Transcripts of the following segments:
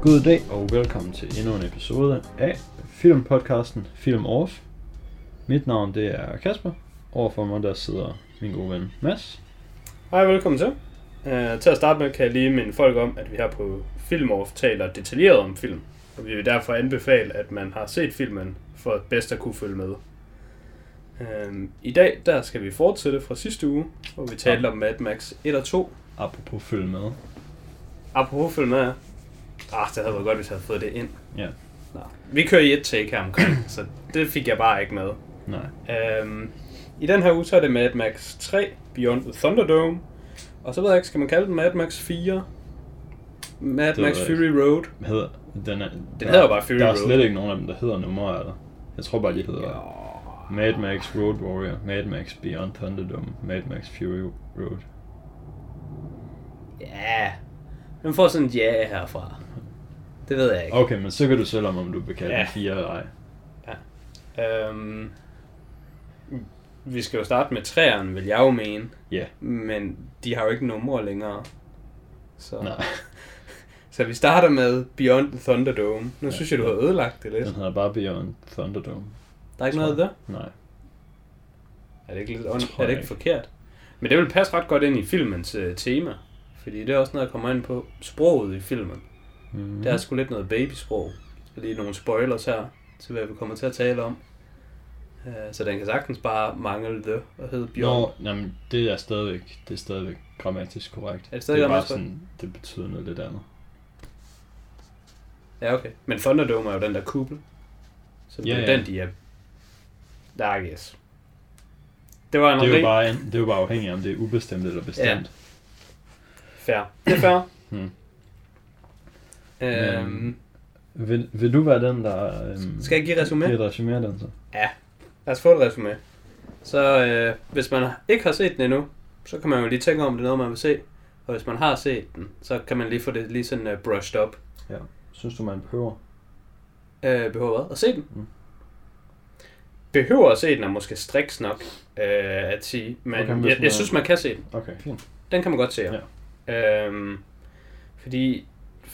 God dag og velkommen til endnu en episode af filmpodcasten Film Off. Mit navn det er Kasper. Overfor mig der sidder min gode ven Mads. Hej, velkommen til. Til at starte med kan jeg lige minde folk om, at vi her på Film Off taler detaljeret om film. Og vi vil derfor anbefale, at man har set filmen for bedst at kunne følge med. I dag der skal vi fortsætte fra sidste uge, hvor vi talte om Mad Max 1 og 2. Apropos følge med. Apropos følge med, det havde været godt, hvis jeg havde fået det ind. Ja. Nå. Vi kører i et take her omkring, så det fik jeg bare ikke med. Nej. I den her uge så er det Mad Max 3, Beyond the Thunderdome. Og så ved jeg ikke, skal man kalde den Mad Max 4? Mad Max Fury Road. Den hedder bare Fury Road. Der er slet ikke nogen af dem, der hedder numre, eller? Jeg tror bare, de hedder Mad Max Road Warrior, Mad Max Beyond Thunderdome, Mad Max Fury Road. Ja, den får sådan et ja herfra. Det ved jeg ikke. Okay, men så kan du selv om du vil kalde den 4 eller ej. Ja. Vi skal jo starte med træerne, vil jeg jo mene. Ja. Yeah. Men de har jo ikke numre længere. Så. Nej. Så vi starter med Beyond the Thunderdome. Nu synes jeg, du har ødelagt det lidt. Den hedder bare Beyond Thunderdome. Der er ikke noget der? Nej. Er det ikke lidt er det ikke forkert? Men det vil passe ret godt ind i filmens tema. Fordi det er også noget, der kommer ind på sproget i filmen. Mm-hmm. Der er sgu lidt noget babysprog. Lige nogle spoilers her, til hvad vi kommer til at tale om. Så den kan sagtens bare mangle det og hedde Bjørn. Jamen, det er stadigvæk grammatisk korrekt. Er det stadig bare sådan, det betyder noget lidt andet. Ja, okay. Men Thunderdome er jo den der kuppel. Så det er den, de er... Der yes. Det er jo bare afhængigt af, om det er ubestemt eller bestemt. Ja. Fair. Det er fair. Vil du være den, der... Skal jeg give resumé? Giver resumé den så? Ja, lad os få et resumé. Så hvis man ikke har set den endnu, så kan man jo lige tænke om, det er noget, man vil se. Og hvis man har set den, så kan man lige få det lige sådan brushed up. Ja. Synes du, man behøver? Behøver hvad? At se den? Behøver at se den er måske striks nok at sige. Men okay, jeg synes, man kan se den. Okay, fint. Den kan man godt se, ja. Fordi...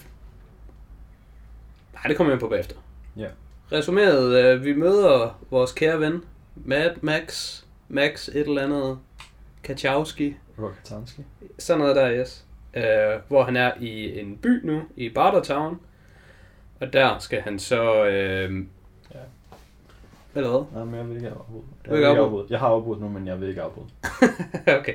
Nej, det kommer jeg på bagefter. Ja. Resumeret, vi møder vores kære ven, Max et eller andet, Kachowski. Rokatanski. Sådan noget der, yes. Hvor han er i en by nu, i Bartertown. Og der skal han så... Eller hvad? Nej, men jeg vil ikke afbryde. Jeg har afbrudt nu, men jeg vil ikke afbryde. Okay.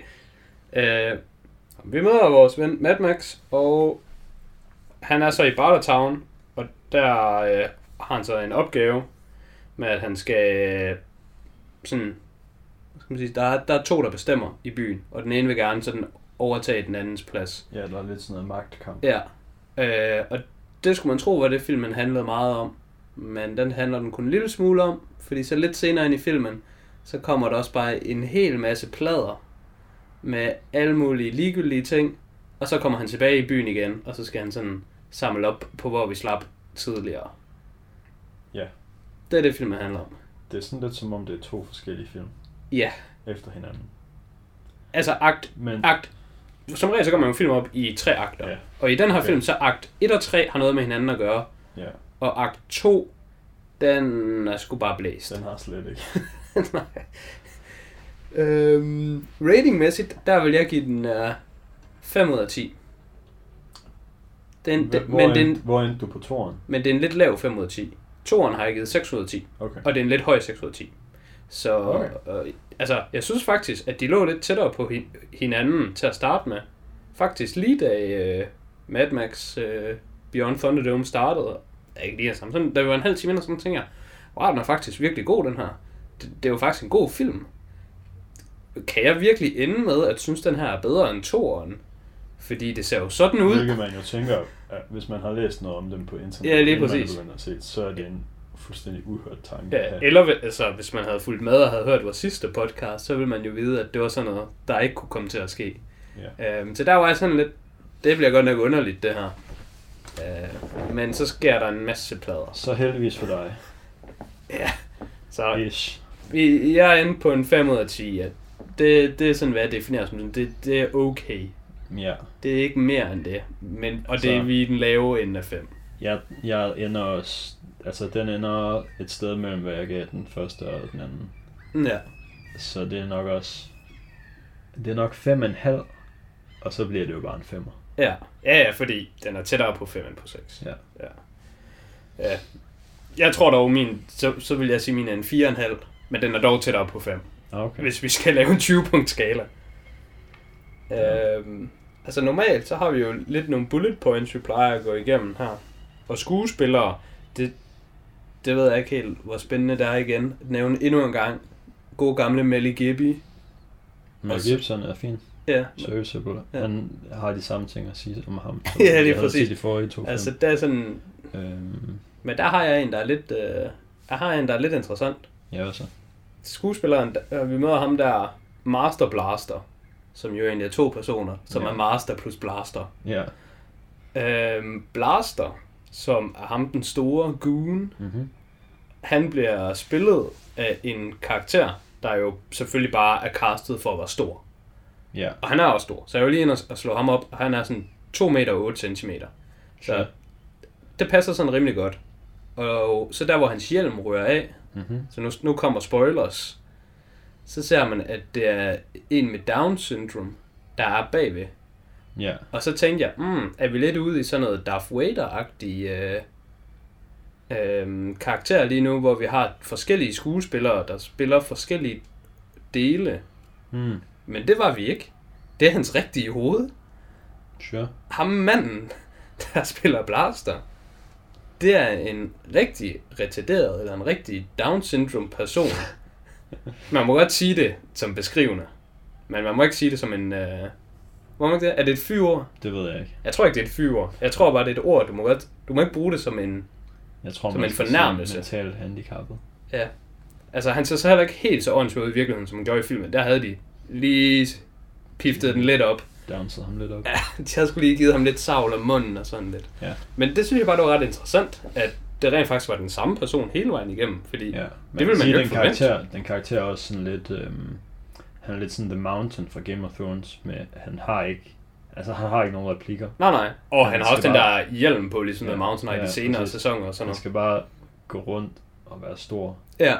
Vi møder vores ven Mad Max, og han er så i Bartertown, og der har han så en opgave med, at han skal sådan, hvad skal man sige, der er to, der bestemmer i byen, og den ene vil gerne sådan overtage den andens plads. Ja, der er lidt sådan noget magtkamp. Ja, og det skulle man tro, var det filmen handlede meget om, men den handler den kun en lille smule om, fordi så lidt senere ind i filmen, så kommer der også bare en hel masse pladder med alle mulige ligegyldige ting, og så kommer han tilbage i byen igen, og så skal han sådan samle op på, hvor vi slap tidligere. Ja. Det er det, filmen handler om. Det er sådan lidt som om det er to forskellige film. Ja. Efter hinanden. Altså akt. Som regel så går man jo film op i 3 akter. Ja. Og i den her film, så akt 1 og 3 har noget med hinanden at gøre. Ja. Og akt 2, den er sgu bare blæst. Den har slet ikke. Nej. Ratingmæssigt, der vil jeg give den 5 ud af 10. Hvor endte du på toeren? Men det er en lidt lav 5 ud af 10. Toeren har jeg givet 6 ud af 10. Okay. Og det er en lidt høj 6 ud af 10. Så okay. Altså, jeg synes faktisk, at de lå lidt tættere på hinanden til at starte med. Faktisk lige da Mad Max Beyond Thunderdome startede, ikke lige sammen. Sådan, der var en halv time, og sådan tænker jeg, wow, den er faktisk virkelig god, den her. Det er jo faktisk en god film. Kan jeg virkelig ende med, at synes, den her er bedre end toeren? Fordi det ser jo sådan ud. Hvilket man jo tænker, at hvis man har læst noget om dem på internet, ja, lige præcis. Man set, så er det en fuldstændig uhørt tanke. Ja, eller altså, hvis man havde fulgt med og havde hørt vores sidste podcast, så ville man jo vide, at det var sådan noget, der ikke kunne komme til at ske. Ja. Så der var jeg sådan lidt, det bliver godt nok underligt, det her. Men så sker der en masse plader. Så heldigvis for dig. Ja, så Ish. Jeg er inde på en 5 ud af 10. Ja. Det er sådan, hvad jeg definerer som det er okay. Ja. Det er ikke mere end det. Og det er vi i den lave ende af 5. Jeg ender også... Altså, den ender et sted mellem, hvad jeg gav den første og den anden. Ja. Så det er nok også... Det er nok 5,5, og så bliver det jo bare en 5'er. Ja, fordi den er tættere på 5 end på 6. Ja. Jeg tror dog, så vil jeg sige, min er en 4,5, men den er dog tættere på 5. Okay. Hvis vi skal lave en 20-punkt skala. Ja. Altså normalt, så har vi jo lidt nogle bullet points, vi plejer at gå igennem her. Og skuespillere, det ved jeg ikke helt, hvor spændende det er igen. Nævne endnu en gang, god gamle Mel Gibson. Mel Gibson er fin. Ja. Serviceable. Ja. Han har de samme ting at sige om ham. Ja, det er præcis. De forrige 2 film. Altså, der er sådan... Men der har jeg en, der er lidt... der er lidt interessant. Ja, så. Skuespilleren, vi møder ham der, Master Blaster, som jo egentlig er 2 personer, som er Master plus Blaster. Ja. Blaster, som er ham den store goon, han bliver spillet af en karakter, der jo selvfølgelig bare er castet for at være stor. Ja. Og han er også stor, så jeg vil lige ind og slå ham op, og han er sådan 2 meter og 8 centimeter. Så det passer sådan rimelig godt. Og så der, hvor hans hjelm rører af, så nu kommer spoilers, så ser man, at det er en med Down syndrom, der er bagved. Ja. Og så tænkte jeg, er vi lidt ude i sådan noget Darth Vader-agtig karakter lige nu, hvor vi har forskellige skuespillere, der spiller forskellige dele. Men det var vi ikke. Det er hans rigtige hoved. Sure. Ham manden, der spiller Blaster, det er en rigtig retarderet, eller en rigtig Down syndrome person. Man må godt sige det som beskrivende, men man må ikke sige det som en... Må man ikke det? Er det et fyord? Det ved jeg ikke. Jeg tror ikke, det er et fyord. Jeg tror bare, det er et ord. Du må ikke bruge det som en, jeg tror, som en fornærmelse. Mentalt handicappet. Ja. Altså, han ser så heller ikke helt så åndssvagt ud i virkeligheden, som han gjorde i filmen. Der havde de lige piftet den lidt op. Downsede ham lidt op. Ja, de havde sgu lige givet ham lidt savl om munden og sådan lidt. Ja. Men det synes jeg bare, det var ret interessant, at det rent faktisk var den samme person hele vejen igennem, fordi det vil man jo ikke forvente. Den karakter er også sådan lidt... han er lidt sådan The Mountain fra Game of Thrones, med han har ikke nogen replikker. Nej. Og han har også den bare... der hjelm på, ligesom The Mountain i de senere sæsoner og sådan noget. Han skal bare gå rundt og være stor. Ja.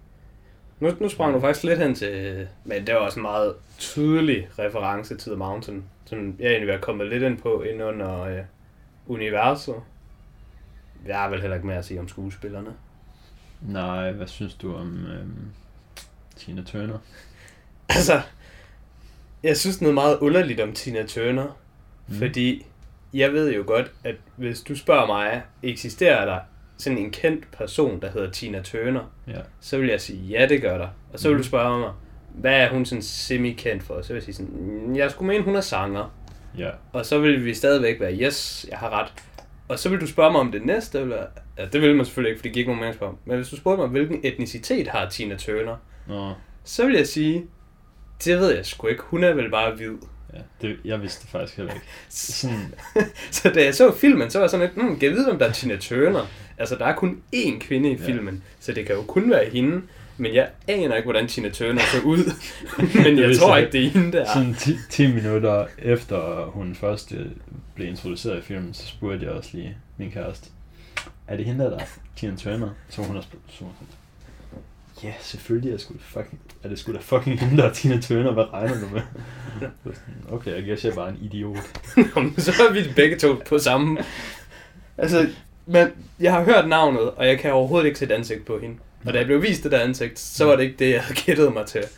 Nu sprang du faktisk lidt hen til... Men det var også en meget tydelig reference til The Mountain, som jeg egentlig var kommet lidt ind på ind under universet. Jeg har vel heller ikke mere at sige om skuespillerne. Nej, hvad synes du om Tina Turner? Altså, jeg synes noget meget underligt om Tina Turner, fordi jeg ved jo godt, at hvis du spørger mig, eksisterer der sådan en kendt person, der hedder Tina Turner, så vil jeg sige, ja, det gør der. Og så vil du spørge mig, hvad er hun sådan semi-kendt for? Så vil jeg sige sådan, jeg skulle mene, hun er sanger. Ja. Og så vil vi stadigvæk være, yes, jeg har ret. Og så vil du spørge mig om det næste, eller... Ja, det vil man selvfølgelig ikke, for det giver ikke nogen mening spørge om. Men hvis du spurgte mig, hvilken etnicitet har Tina Turner, så vil jeg sige, det ved jeg sgu ikke. Hun er vel bare hvid. Ja, jeg vidste det faktisk heller ikke. Sådan... Så da jeg så filmen, så var jeg sådan lidt, kan jeg vide, hvem der er Tina Turner? Altså, der er kun én kvinde i filmen, så det kan jo kun være hende. Men jeg aner ikke, hvordan Tina Turner så ud. Men jeg tror ikke, det er hende, der er. Sådan 10 minutter efter hun først blev introduceret i filmen, så spurgte jeg også lige min kæreste, er det hende, der er Tina Turner? Så hun har spurgt, ja, selvfølgelig er det sgu da fucking hende, der er Tina Turner. Hvad regner du med? Okay, jeg guess jeg er bare en idiot. Så er vi begge to på samme. Altså, men jeg har hørt navnet, og jeg kan overhovedet ikke se et ansigt på hende. Og da jeg blev vist det der ansigt, så var det ikke det, jeg havde gættet mig til.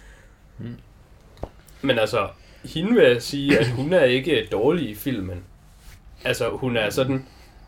Men altså, hende vil jeg sige, at hun er ikke dårlig i filmen. Altså, hun er sådan...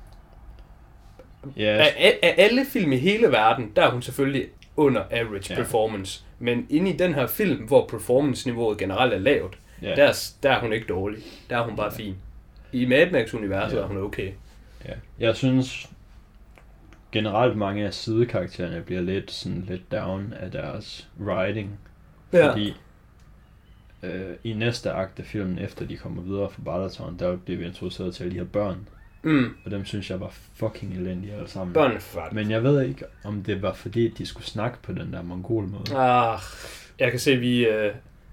Af alle film i hele verden, der er hun selvfølgelig under average performance. Men inde i den her film, hvor performance-niveauet generelt er lavt, der er hun ikke dårlig. Der er hun bare fin. I Mad Max-universet er hun okay. Ja. Jeg synes generelt mange af sidekaraktererne bliver lidt down af deres writing. Fordi i næste akt af filmen, efter de kommer videre fra Balaton, der bliver vi introduceret til alle de her børn. Og dem synes jeg var fucking elendige alle sammen. Børn er forfærdelige. Men jeg ved ikke, om det var fordi, de skulle snakke på den der mongol måde. Jeg kan se,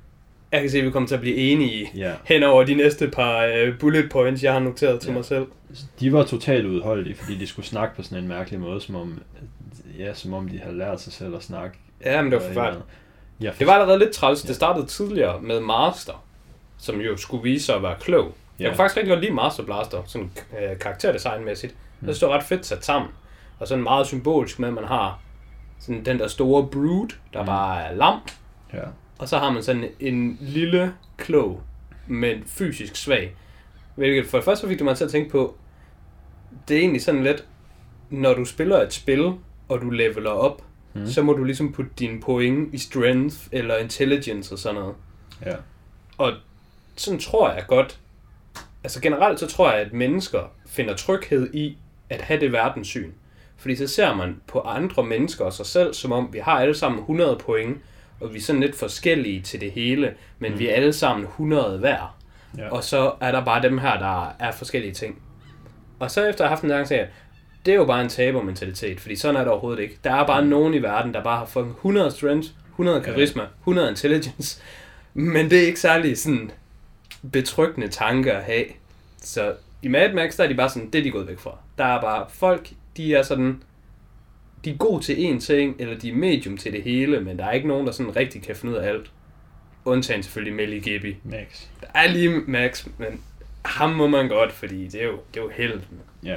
Jeg kan se, at vi kommer til at blive enige hen over de næste par bullet points, jeg har noteret til mig selv. De var totalt udholdelige, fordi de skulle snakke på sådan en mærkelig måde, som om de havde lært sig selv at snakke. Ja, men det var forfærdeligt. Det var allerede lidt træls. Det startede tidligere med Master, som jo skulle vise sig at være klog. Jeg kunne faktisk rigtig godt lide Master Blaster, sådan karakterdesignmæssigt. Det står ret fedt sat sammen. Og sådan meget symbolisk med, at man har sådan den der store brute, der bare er lam. Ja. Og så har man sådan en lille klog, men fysisk svag. Hvilket for det første fik det mig til at tænke på, det er egentlig sådan lidt, når du spiller et spil, og du leveler op, så må du ligesom putte dine point i strength eller intelligence og sådan noget. Ja. Og sådan tror jeg godt, altså generelt så tror jeg, at mennesker finder tryghed i at have det verdenssyn. Fordi så ser man på andre mennesker og sig selv, som om vi har alle sammen 100 point, og vi er sådan lidt forskellige til det hele, men vi er alle sammen 100 hver. Ja. Og så er der bare dem her, der er forskellige ting. Og så efter at have haft en gang sagt, det er jo bare en tabermentalitet, fordi sådan er det overhovedet ikke. Der er bare nogen i verden, der bare har fået 100 strength, 100 karisma, 100 intelligence, men det er ikke særlig sådan betryggende tanker at have. Så i Mad Max, der er de bare sådan, det er de gået væk fra. Der er bare folk, de er sådan, de er gode til én ting, eller de er medium til det hele, men der er ikke nogen, der sådan rigtig kan finde ud af alt. Undtagen selvfølgelig Melly Gibby. Max. Der er lige Max, men ham må man godt, fordi det er jo helten. Ja.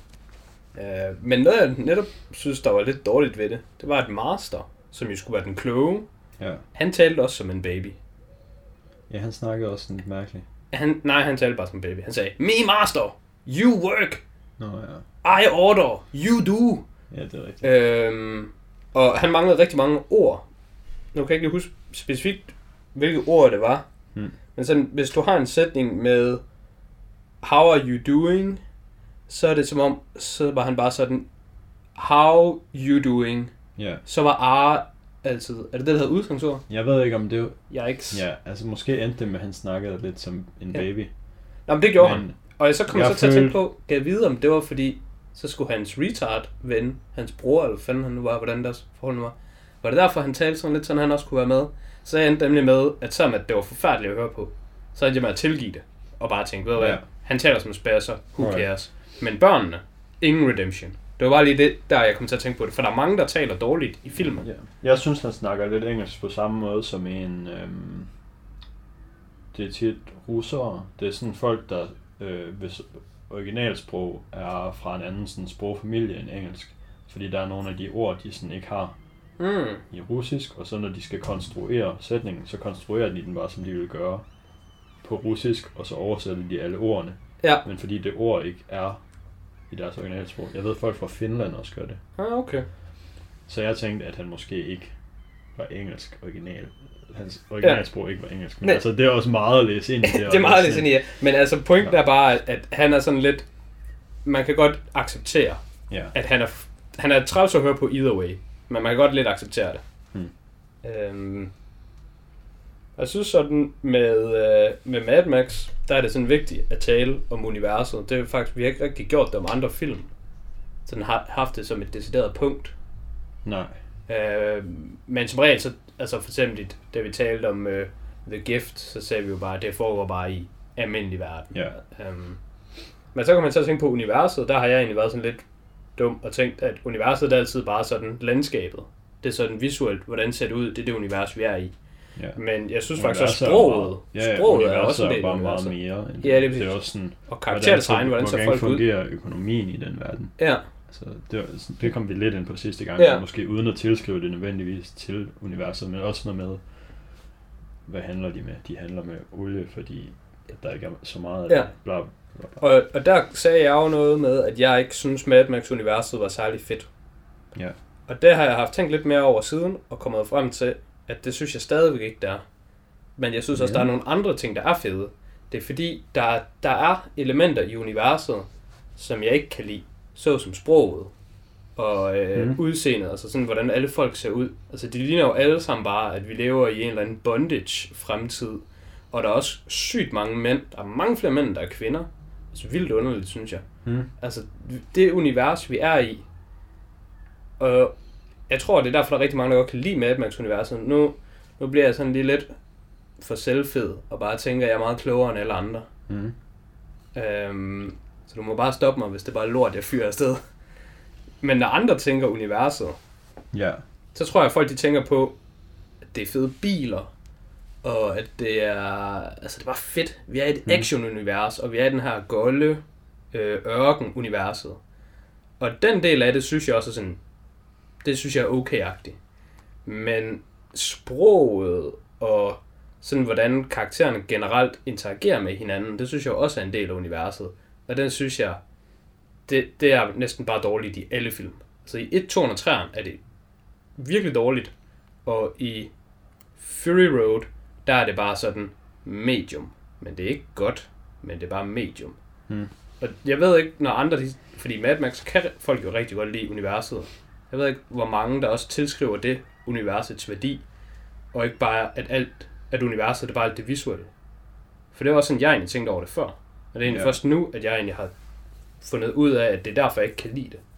Men noget jeg netop synes, der var lidt dårligt ved det, det var et Master, som jo skulle være den kloge. Ja. Han talte også som en baby. Ja, han snakkede også sådan lidt mærkeligt. Han talte bare som en baby. Han sagde, me master, you work. Nå ja. I order, you do. Ja, det er rigtigt. Og han manglede rigtig mange ord. Nu kan jeg ikke lige huske specifikt, hvilke ord det var. Men sådan, hvis du har en sætning med, how are you doing? Så er det som om, så var han bare sådan, how you doing? Ja. Så var are altid, er det der hedder udgangsord? Jeg ved ikke om det Yikes. Ja, altså måske endte det med, at han snakkede lidt som en baby. Nå, men det gjorde han. Og så kom jeg så til at tænke på, kan jeg vide om det var fordi, så skulle hans retard ven, hans bror, eller fanden han nu var, hvordan deres forhold nu var. Var det derfor, han talte sådan lidt, sådan han også kunne være med? Så jeg endte nemlig med, at selvom at det var forfærdeligt at høre på, så endte jeg med at tilgive det. Og bare tænke, ved du hvad, han taler som en spasser, who cares? Men børnene, ingen redemption. Det var bare lige det, der jeg kom til at tænke på det. For der er mange, der taler dårligt i filmen. Ja. Jeg synes, han snakker lidt engelsk på samme måde som en... det er tit russere. Det er sådan folk, der hvis originalsprog er fra en anden sådan sprogfamilie end engelsk. Fordi der er nogle af de ord, de sådan ikke har i russisk. Og så når de skal konstruere sætningen, så konstruerer de den bare, som de vil gøre på russisk. Og så oversætter de alle ordene. Ja. Men fordi det ord ikke er i deres originalsprog. Jeg ved, folk fra Finland også gør det. Okay. Så jeg tænkte, at han måske ikke var engelsk original. Hans originalsprog ikke var engelsk. Men altså, det er også meget at læse ind i det. Det er meget at læse ind i det. Men altså, pointen er bare, at han er sådan lidt... Man kan godt acceptere, at han er træls at høre på either way. Men man kan godt lidt acceptere det. Jeg synes sådan, med Mad Max, der er det sådan vigtigt at tale om universet. Det er faktisk, vi har ikke rigtig gjort det om andre film. Sådan har haft det som et decideret punkt. Nej. Men som regel, så, altså for eksempel, da vi talte om The Gift, så sagde vi jo bare, at det foregår bare i almindelig verden. Ja. Men så kan man så tænke på universet. Der har jeg egentlig været sådan lidt dum og tænkt, at universet er altid bare sådan landskabet. Det er sådan visuelt, hvordan ser det ud, det er det univers, vi er i. Ja. Men jeg synes faktisk, at sproget er også en del af universet. Mere end ja, det er også sådan, og karakterdesign, hvordan ser folk ud. Hvordan fungerer økonomien i den verden. Ja. Altså, det kom vi lidt ind på sidste gang, måske uden at tilskrive det nødvendigvis til universet, men også noget med, hvad handler de med? De handler med olie, fordi der ikke er så meget af det. Bla, bla, bla. Og der sagde jeg jo noget med, at jeg ikke synes, Mad Max-universet var særlig fedt. Ja. Og det har jeg haft tænkt lidt mere over siden, og kommet frem til, at det synes jeg stadigvæk ikke, der er. Men jeg synes også, der er nogle andre ting, der er fede. Det er fordi, der er elementer i universet, som jeg ikke kan lide. Så som sproget og udseendet, altså sådan, hvordan alle folk ser ud. Altså, de ligner jo alle sammen bare, at vi lever i en eller anden bondage-fremtid. Og der er også sygt mange mænd. Der er mange flere mænd, der er kvinder. Altså, vildt underligt, synes jeg. Altså, det univers, vi er i. Og jeg tror, det er derfor, der er rigtig mange, der godt kan lide Mad Max-universet. Nu bliver jeg sådan lige lidt for selvfed, og bare tænker, at jeg er meget klogere end alle andre. Så du må bare stoppe mig, hvis det bare er lort, jeg fyrer afsted. Men når andre tænker universet, så tror jeg, at folk de tænker på, at det er fede biler, og at det er, altså det er bare fedt. Vi er et action-univers, og vi er i den her golde ørken-universet. Og den del af det, synes jeg også er sådan, det synes jeg er okay-agtigt. Men sproget og sådan, hvordan karaktererne generelt interagerer med hinanden, det synes jeg også er en del af universet. Og den synes jeg, det er næsten bare dårligt i alle film. Altså i 1, 2 og 3 er det virkelig dårligt, og i Fury Road, der er det bare sådan medium. Men det er ikke godt, men det er bare medium. Og jeg ved ikke, når andre, fordi Mad Max kan folk jo rigtig godt lide universet. Jeg ved ikke, hvor mange der også tilskriver det universets værdi, og ikke bare, at universet det er bare alt det visuelle. For det var også sådan, jeg egentlig tænkte over det før. Og det er egentlig først nu, at jeg egentlig har fundet ud af, at det er derfor, jeg ikke kan lide det.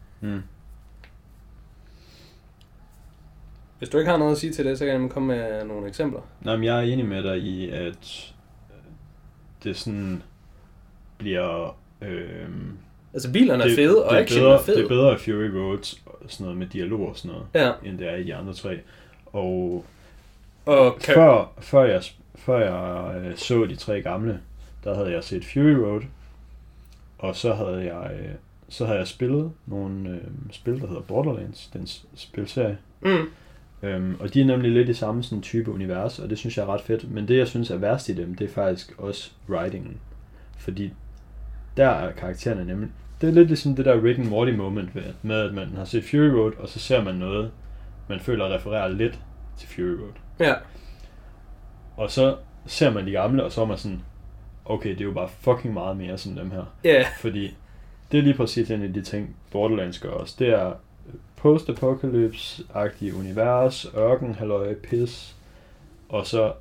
Hvis du ikke har noget at sige til det, så kan jeg komme med nogle eksempler. Nej, men jeg er enig med dig i, at det sådan bliver... altså bilerne er fede, og action er fed. Det er bedre i Fury Road, sådan noget med dialog og sådan noget, end det er i de andre 3. Og før jeg så de 3 gamle, der havde jeg set Fury Road, og så havde jeg spillet nogle spil, der hedder Borderlands, den spilserie. Og de er nemlig lidt i samme sådan type univers, og det synes jeg er ret fedt. Men det, jeg synes er værst i dem, det er faktisk også writingen. Fordi der er karaktererne nemlig... Det er lidt ligesom det der Rick and Morty moment med, at man har set Fury Road, og så ser man noget, man føler refererer lidt til Fury Road. Ja. Og så ser man de gamle, og så er man sådan, okay, det er jo bare fucking meget mere som dem her. Ja. Fordi det er lige præcis en af de ting, Borderlands gør også. Det er post-apocalypse-agtige univers, ørken, halløj, pis, og så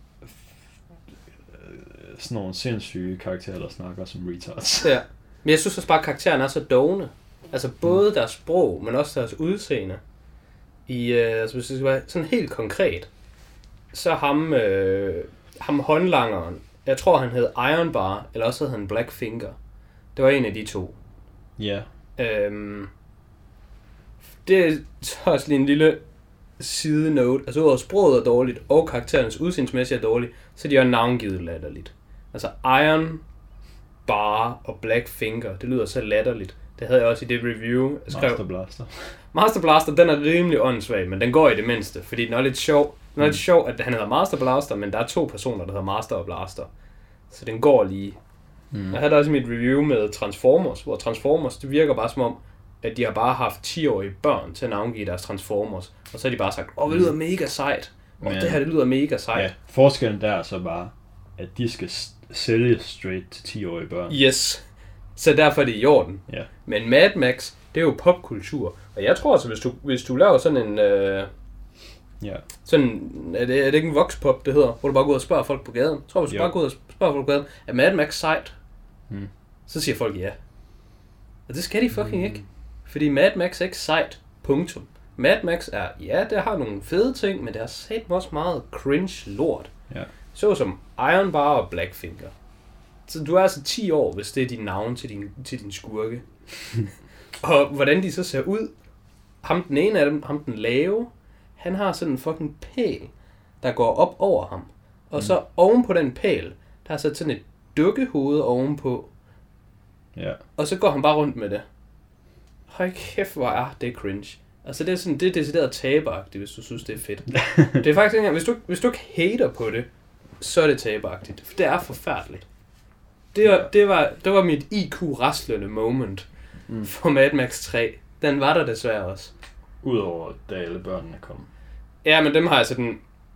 sådan nogle sindssyge karakterer, der snakker som retards. Ja, men jeg synes også bare, at karaktererne er så dovne. Altså både deres sprog, men også deres udseende. Altså hvis det skal være sådan helt konkret, så ham håndlangeren, jeg tror han hed Iron Bar, eller også hed han Black Finger. Det var en af de 2. Ja. Det er så også lige en lille side note. Altså udover sproget er dårligt, og karakterens udseendsmæssigt er dårligt, så de er navngivet latterligt. Altså Iron Bar og Black Finger, det lyder så latterligt. Det havde jeg også i det review. Jeg skrev, Master Blaster, den er rimelig åndssvag, men den går i det mindste, fordi den er lidt sjov. Den er lidt sjov, at han hedder Master Blaster, men der er 2 personer, der hedder Master og Blaster. Så den går lige. Jeg havde også mit review med Transformers, hvor Transformers, det virker bare som om, at de har bare haft 10-årige børn til at navngive deres Transformers. Og så har de bare sagt, det lyder mega sejt. Og det her, det lyder mega sejt. Ja, forskellen der er så bare, at de skal sælge straight til 10-årige børn. Yes. Så derfor er det i orden. Ja. Men Mad Max, det er jo popkultur. Og jeg tror altså, hvis du laver sådan en... sådan, er det ikke en voxpop, det hedder? Hvor du bare går ud og spørger folk på gaden. Jeg tror, hvis du bare går ud og spørger folk på gaden, er Mad Max sejt? Så siger folk ja. Og det skal de fucking ikke. Fordi Mad Max er ikke sejt. Punktum. Mad Max er, det har nogle fede ting, men det har satme også meget cringe lort. Ja. Så som Iron Bar og Black Finger. Så du er altså 10 år, hvis det er din navn til din skurke. Og hvordan de så ser ud. Ham den ene af dem, ham den lave, han har sådan en fucking pæl, der går op over ham. Og så oven på den pæl, der er sat sådan et dukkehoved ovenpå. Ja. Og så går han bare rundt med det. Høj kæft, hvor er det cringe. Altså det er decideret taberagtigt, hvis du synes, det er fedt. Det er faktisk ikke engang, hvis du ikke hater på det, så er det taberagtigt. For det er forfærdeligt. Det var mit IQ-raslende moment for Mad Max 3. Den var der desværre også. Udover da alle børnene kom. Ja, men dem har jeg sådan...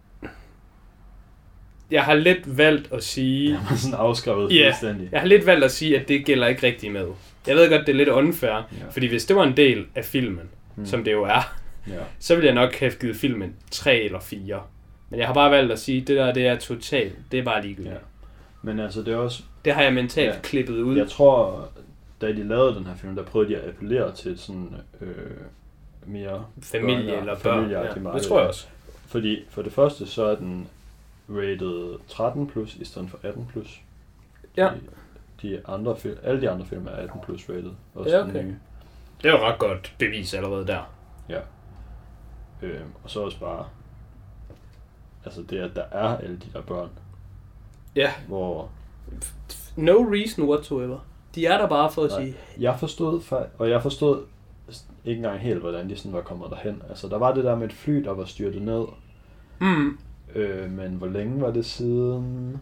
Jeg har lidt valgt at sige... Jeg var sådan afskrevet fuldstændig. Jeg har lidt valgt at sige, at det gælder ikke rigtig med. Jeg ved godt, det er lidt unfair, fordi hvis det var en del af filmen, som det jo er, så ville jeg nok have givet filmen 3 eller 4. Men jeg har bare valgt at sige, at det der, det er totalt, det er bare ligegyldigt. Ja. Men altså, det er også... Det har jeg mentalt klippet ud. Jeg tror, da de lavede den her film, der prøvede de at appellere til sådan mere... Familie eller børn. Det tror jeg også. Fordi for det første, så er den rated 13 plus i stedet for 18 plus. Ja. Alle de andre film er 18 plus rated. Også ja, okay. Det er jo ret godt bevis allerede der. Ja. Og så også bare, altså det at der er alle de der børn. Ja. Hvor... No reason whatsoever. De er der bare for at sige... Jeg forstod ikke engang helt, hvordan de sådan var kommet derhen. Altså der var det der med et fly, der var styrtet ned. Men hvor længe var det siden?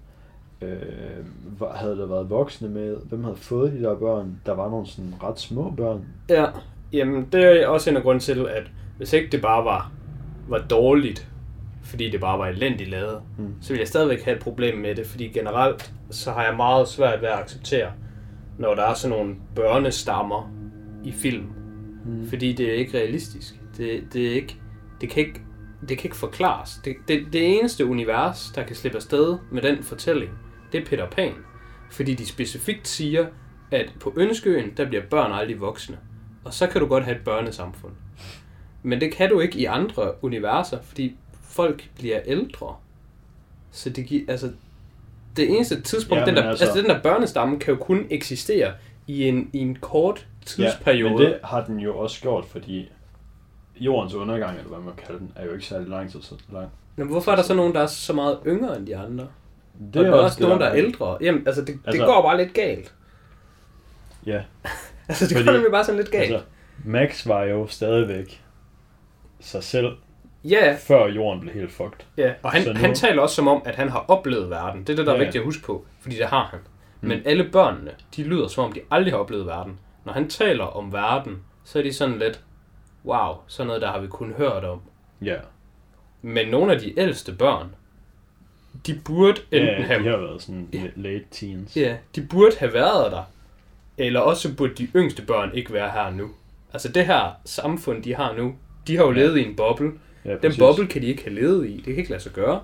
Havde der været voksne med? Hvem havde fået de der børn? Der var nogle sådan ret små børn. Ja, jamen det er også en af grunden til, at hvis ikke det bare var dårligt, fordi det bare var elendigt lavet, så ville jeg stadigvæk have et problem med det, fordi generelt så har jeg meget svært ved at acceptere, når der er sådan nogle børnestammer i film. Fordi det er ikke realistisk. Det kan ikke forklares. Det eneste univers, der kan slippe afsted med den fortælling, det er Peter Pan. Fordi de specifikt siger, at på Ønskeøen, der bliver børn aldrig voksne. Og så kan du godt have et børnesamfund. Men det kan du ikke i andre universer, fordi folk bliver ældre. Så det giver, altså, det eneste tidspunkt, den der børnestamme kan jo kun eksistere i en kort tidsperiode. Ja, men det har den jo også gjort, fordi jordens undergang, eller hvad man kalder den, er jo ikke særlig lang tid så lang. Men hvorfor er der så nogen, der er så meget yngre end de andre? Det er også nogen, der er ældre. Jamen, altså, det går bare lidt galt. Ja. Altså, det går nemlig bare sådan lidt galt. Altså, Max var jo stadigvæk sig selv, ja, før jorden blev helt fucked. Ja, og han taler også som om, at han har oplevet verden. Det er det, der er vigtigt at huske på, fordi det har han. Men alle børnene, de lyder som om, de aldrig har oplevet verden. Når han taler om verden, så er de sådan lidt, wow, sådan noget der har vi kun hørt om. Ja. Men nogle af de ældste børn, de burde enten have... de har været sådan late teens. Ja, de burde have været der. Eller også burde de yngste børn ikke være her nu. Altså det her samfund, de har nu, de har jo levet i en boble. Ja, den boble kan de ikke have levet i. Det kan ikke lade sig gøre.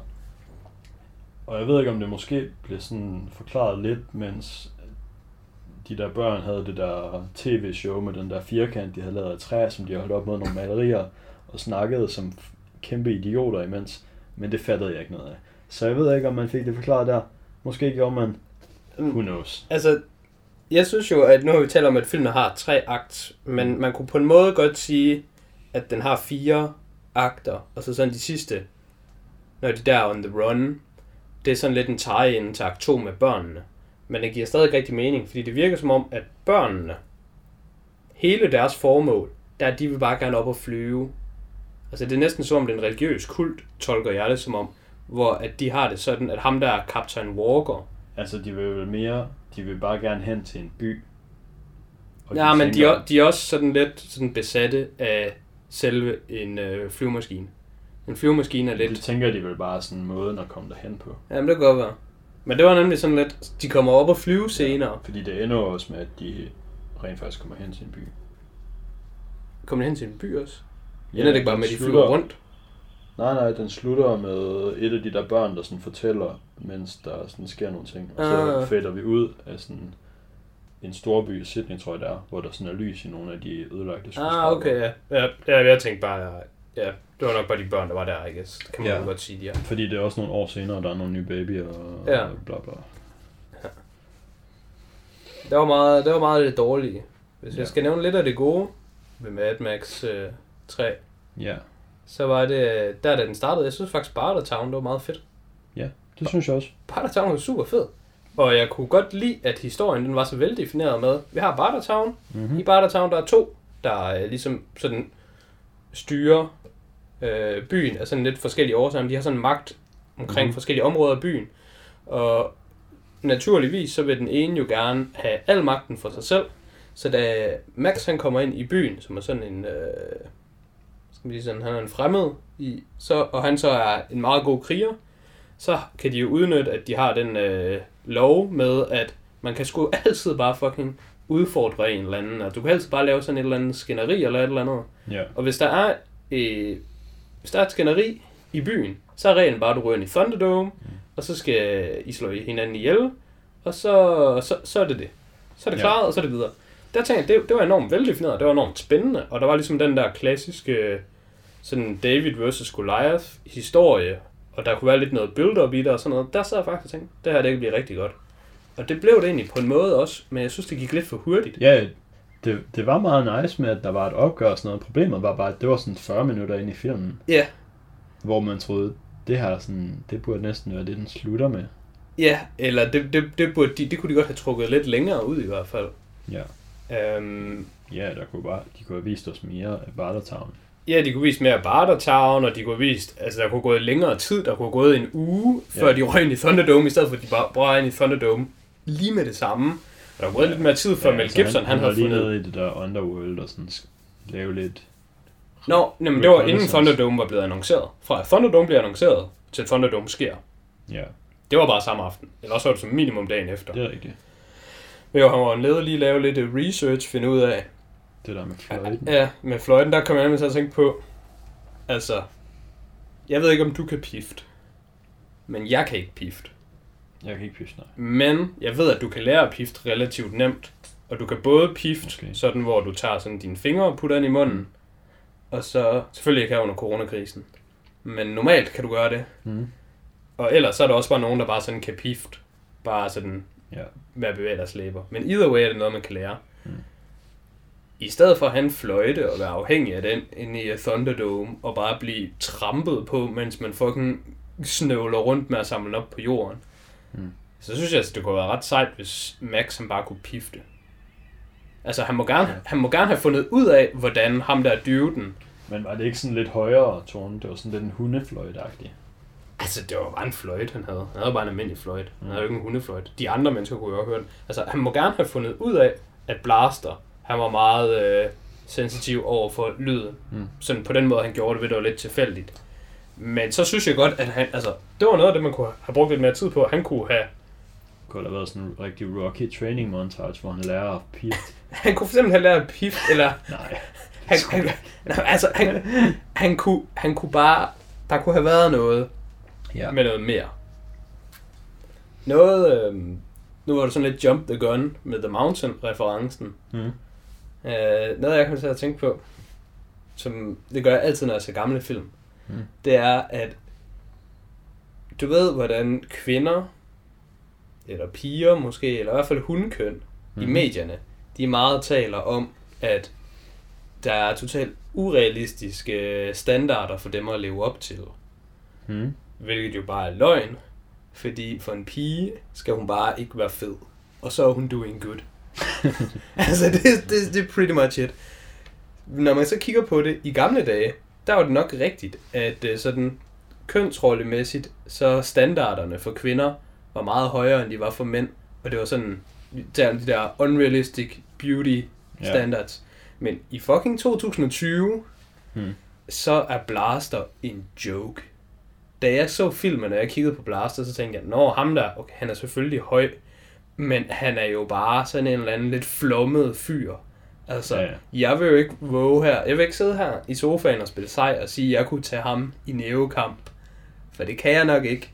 Og jeg ved ikke, om det måske blev sådan forklaret lidt, mens de der børn havde det der tv-show med den der firkant, de havde lavet af træ, som de havde holdt op med nogle malerier, og snakkede som kæmpe idioter imens. Men det fattede jeg ikke noget af. Så jeg ved ikke, om man fik det forklaret der. Måske gjorde man. Who knows? Altså, jeg synes jo, at nu har vi talt om, at filmen har 3 akt, men man kunne på en måde godt sige, at den har 4 akter, og så sådan de sidste, når de der on the run, det er sådan lidt en tie-in til akt 2 med børnene. Men det giver stadig rigtig mening, fordi det virker som om, at børnene, hele deres formål, der er, de vil bare gerne op og flyve. Altså det er næsten som om det er en religiøs kult, tolker jeg det som om, hvor at de har det sådan, at ham der er Captain Walker. Altså de vil bare gerne hen til en by. Ja, men de er også sådan lidt sådan besatte af selve en flyvemaskine. En flyvemaskine er lidt... De tænker, de vil bare sådan en måde at komme derhen på. Jamen det kan godt være. Men det var nemlig sådan lidt, de kommer op og flyve senere. Ja, fordi det ender også med, at de rent faktisk kommer hen til en by. Kommer de hen til en by også? Ja, ender det ikke bare med, at de flyver rundt? Nej, den slutter med et af de der børn, der sådan fortæller, mens der sådan sker nogle ting. Og så fader vi ud af sådan en storby i Sydney, tror jeg det er, hvor der sådan er lys i nogle af de ødelagte skyskrabere. Okay, ja. Jeg tænkte bare, ja, det var nok bare de børn, der var der, I guess. Det kan man jo godt sige, ja. Fordi det er også nogle år senere, der er nogle nye babyer og bla bla. Ja. Det var meget af det dårlige. Hvis jeg skal nævne lidt af det gode ved Mad Max 3, så var det, da den startede, jeg synes faktisk Bartertown, det var meget fedt. Ja, det synes jeg også. Bartertown var super fed. Og jeg kunne godt lide, at historien den var så veldefineret med, vi har Bartertown. I Bartertown, der er 2, der ligesom sådan styrer byen af sådan lidt forskellige årsager. De har sådan magt omkring forskellige områder af byen. Og naturligvis så vil den ene jo gerne have al magten for sig selv. Så da Max han kommer ind i byen, som er sådan en han er en fremmed i, og han så er en meget god kriger, så kan de jo udnytte, at de har den lov med, at man kan sgu altid bare fucking udfordre en eller anden, og du kan altid bare lave sådan et eller andet skænderi eller et eller andet. Yeah. Og hvis der er et skænderi i byen, så er reglen bare, at du ryger ind i Thunderdome, og så skal I slå hinanden ihjel, og så er det det. Så er det klaret, og så er det videre. Der tænkte jeg, det var enormt veldefineret, det var enormt spændende, og der var ligesom den der klassiske sådan David vs. Goliath historie, og der kunne være lidt noget build-up i det og sådan noget, der sad jeg faktisk og tænkte, det her det kan blive rigtig godt. Og det blev det egentlig på en måde også, men jeg synes, det gik lidt for hurtigt. Ja, det var meget nice med, at der var et opgør og sådan noget. Problemet var bare, at det var sådan 40 minutter ind i filmen. Ja. Hvor man troede, det her sådan, det burde næsten være det, den slutter med. Ja, eller det kunne de godt have trukket lidt længere ud i hvert fald. Ja. Ja, de kunne have vist os mere af Bartertown. Ja, de kunne vise mere af Bartertown, og de kunne have vist, altså der kunne gå længere tid, der kunne have gået en uge, før de røg ind i Thunderdome, i stedet for at de bare brød ind i Thunderdome lige med det samme. Og der kunne gået lidt mere tid, før Mel Gibson, han havde fundet... lige nede i det der Underworld og sådan lave lidt... Men det var inden Thunderdome var blevet annonceret. Fra Thunderdome blev annonceret, til Thunderdome sker. Ja. Det var bare samme aften. Eller også var det som minimum dagen efter. Det er rigtigt. Men jo, han var nede og lige lave lidt research, finde ud af... Det der med fløjten. Ja, med fløjten, der kom jeg nemlig til at tænke på... Altså... Jeg ved ikke, om du kan pifte. Men jeg kan ikke pifte. Jeg kan ikke pifte, nej. Men jeg ved, at du kan lære at pifte relativt nemt. Og du kan både pifte, sådan hvor du tager sådan dine fingre og putter ind i munden. Og så... Selvfølgelig ikke her under coronakrisen. Men normalt kan du gøre det. Og ellers så er der også bare nogen, der bare sådan kan pifte. Bare sådan... Ja. Med at bevæge deres læber. Men either way er det noget, man kan lære. I stedet for at have en fløjte og være afhængig af den inde i Thunderdome, og bare blive trampet på, mens man fucking snøvler rundt med at samle op på jorden, så synes jeg, at det kunne være ret sejt, hvis Max han bare kunne pifte. Altså, han må gerne have fundet ud af, hvordan ham der dyvden... Men var det ikke sådan lidt højere tone? Det var sådan lidt en hundefløjte-agtig. Altså, det var bare en fløjte, han havde. Han havde bare en almindelig fløjte. Han havde jo ikke en hundefløjte. De andre mennesker kunne jo også høre den. Altså, han må gerne have fundet ud af, at Blaster, han var meget sensitiv over for lyden. Sådan på den måde, han gjorde det, det var lidt tilfældigt. Men så synes jeg godt, at han, altså, det var noget af det, man kunne have brugt lidt mere tid på. Han kunne have... Kunne have været sådan en rigtig Rocky training montage, hvor han lærer at pifte. Han kunne for eksempel have lært at pifte, eller... Nej. Han kunne bare... Der kunne have været noget med noget mere. Noget... Nu var det sådan lidt jump the gun med The Mountain-referencen. Noget jeg kommer til at tænke på, som det gør jeg altid, når jeg ser gamle film, det er, at du ved, hvordan kvinder, eller piger måske, eller i hvert fald hundkøn i medierne, de meget taler om, at der er totalt urealistiske standarder for dem at leve op til. Hvilket jo bare er løgn, fordi for en pige skal hun bare ikke være fed, og så er hun doing good. Altså, det er pretty much it. Når man så kigger på det i gamle dage, der var det nok rigtigt, at sådan kønsrollemæssigt, så standarderne for kvinder var meget højere, end de var for mænd. Og det var sådan, de der unrealistic beauty standards. Men i fucking 2020, så er Blaster en joke. Da jeg så filmen, og jeg kiggede på Blaster, så tænkte jeg, ham der, okay, han er selvfølgelig høj, men han er jo bare sådan en eller anden lidt flummet fyr. Altså, jeg vil jo ikke våge her. Jeg vil ikke sidde her i sofaen og spille sej og sige, at jeg kunne tage ham i nævekamp. For det kan jeg nok ikke.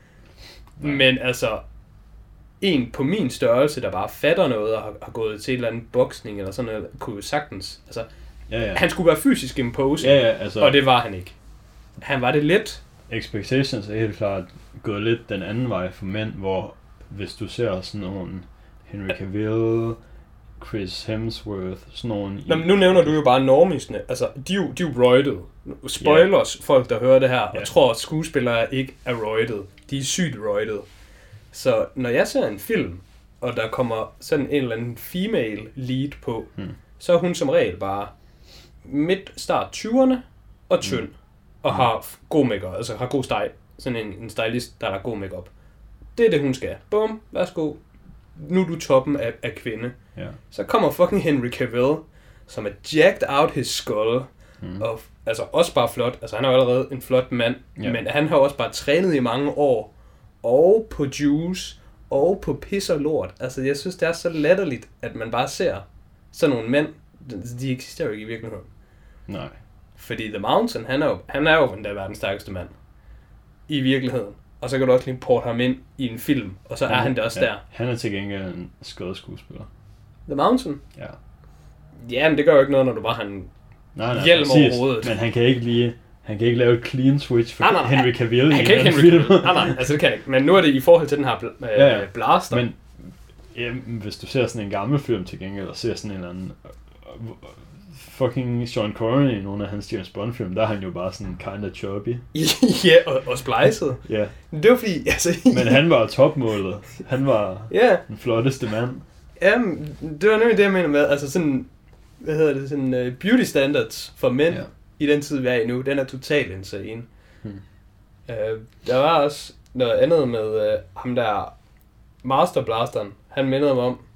Men altså, en på min størrelse, der bare fatter noget og har gået til en eller anden boksning eller sådan noget, kunne jo sagtens. Altså, han skulle være fysisk imposing, altså, og det var han ikke. Han var det lidt. Expectations er helt klart gået lidt den anden vej for mænd, hvor hvis du ser sådan nogle Henry Cavill, Chris Hemsworth, sådan nogle... Nu nævner du jo bare normisne. Altså, de er jo roided. Spoilers, folk der hører det her, og tror, at skuespillere ikke er roided. De er sygt roided. Så når jeg ser en film, og der kommer sådan en eller anden female lead på, så er hun som regel bare start 20'erne og tynd. Og har god makeup, altså har god style. Sådan en stylist, der har god makeup. Det er det, hun skal. Bum, værsgo. Nu er du toppen af kvinde. Så kommer fucking Henry Cavill, som er jacked out his skull. Og altså også bare flot. Altså han er jo allerede en flot mand. Men han har også bare trænet i mange år. Og på juice. Og på pis og lort. Altså jeg synes, det er så latterligt, at man bare ser sådan nogle mænd. De eksisterer jo ikke i virkeligheden. Nej. Fordi The Mountain, han er jo den der verdens stærkeste mand. I virkeligheden. Og så kan du også lige porte ham ind i en film, og så er han det også der. Han er til gengæld en skådeskuespiller. The Mountain? Ja. Ja, men det gør jo ikke noget, når du bare har en hjelm over hovedet. Men Han kan ikke lave et clean switch for Henry Cavill i den film. Nej, altså det kan ikke. Men nu er det i forhold til den her blaster. Men hvis du ser sådan en gammel film til gengæld, eller ser sådan en eller anden fucking Sean Connery i nogle af hans James Bond film, der er han jo bare sådan kinda chubby. Ja, og splicet. Ja. Det var fordi, altså... Men han var topmålet. Han var den flotteste mand. Jamen, det var nemlig det, jeg mener med, altså sådan, sådan beauty standards for mænd i den tid, vi er i nu, den er totalt insane. Der var også noget andet med ham der Master Blasteren, han mindede mig om,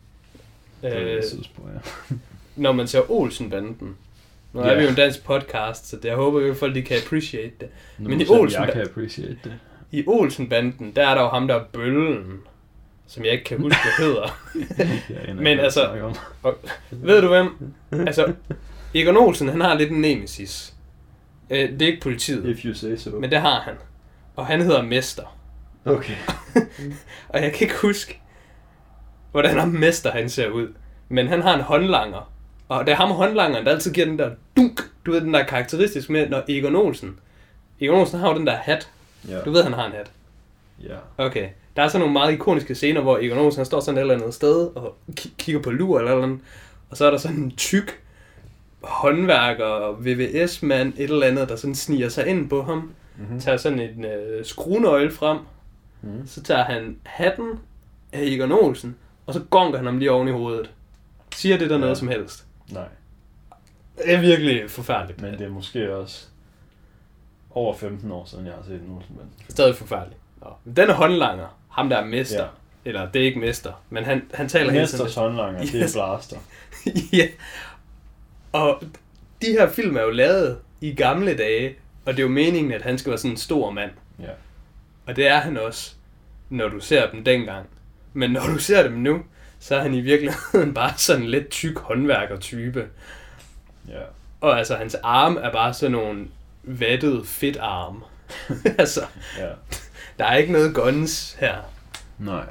når man ser Olsen-banden. Nu er vi jo en dansk podcast, så jeg håber jo, at folk de kan appreciate det. Men i Olsen-banden, der er der jo ham der Bøllen, som jeg ikke kan huske, hvad hedder. Men altså, ved du hvem? Altså, Egon Olsen, han har lidt en nemesis. Det er ikke politiet. If you say so. Men det har han. Og han hedder Mester. Okay. Og jeg kan ikke huske, hvordan ham Mester han ser ud. Men han har en håndlanger. Og det er ham håndlangeren, der altid giver den der dunk. Du ved, den der karakteristisk med, når Egon Olsen har jo den der hat. Yeah. Du ved, han har en hat. Ja. Yeah. Okay. Der er sådan nogle meget ikoniske scener, hvor Egon Olsen står sådan et eller andet sted og kigger på lur eller andet. Og så er der sådan en tyk håndværker, VVS-mand, et eller andet, der sådan sniger sig ind på ham. Tager sådan en skruenøgle frem. Så tager han hatten af Egon Olsen, og så gonker han ham lige oven i hovedet. Siger det der noget som helst? Nej. Det er virkelig forfærdeligt. Men det er måske også over 15 år siden, jeg har set en Olsen-band. Stadig forfærdeligt. Den er håndlanger. Ham der er Mester. Eller det er ikke Mester, men han taler hele tiden. Mesters håndlanger, det er Blaster. Ja. Og de her film er jo lavet i gamle dage, og det er jo meningen, at han skal være sådan en stor mand. Ja. Og det er han også, når du ser dem dengang. Men når du ser dem nu, så er han i virkeligheden bare sådan en lidt tyk håndværker-type. Ja. Og altså, hans arm er bare sådan nogle vattede fedtarm. Altså, der er ikke noget guns her. Nej.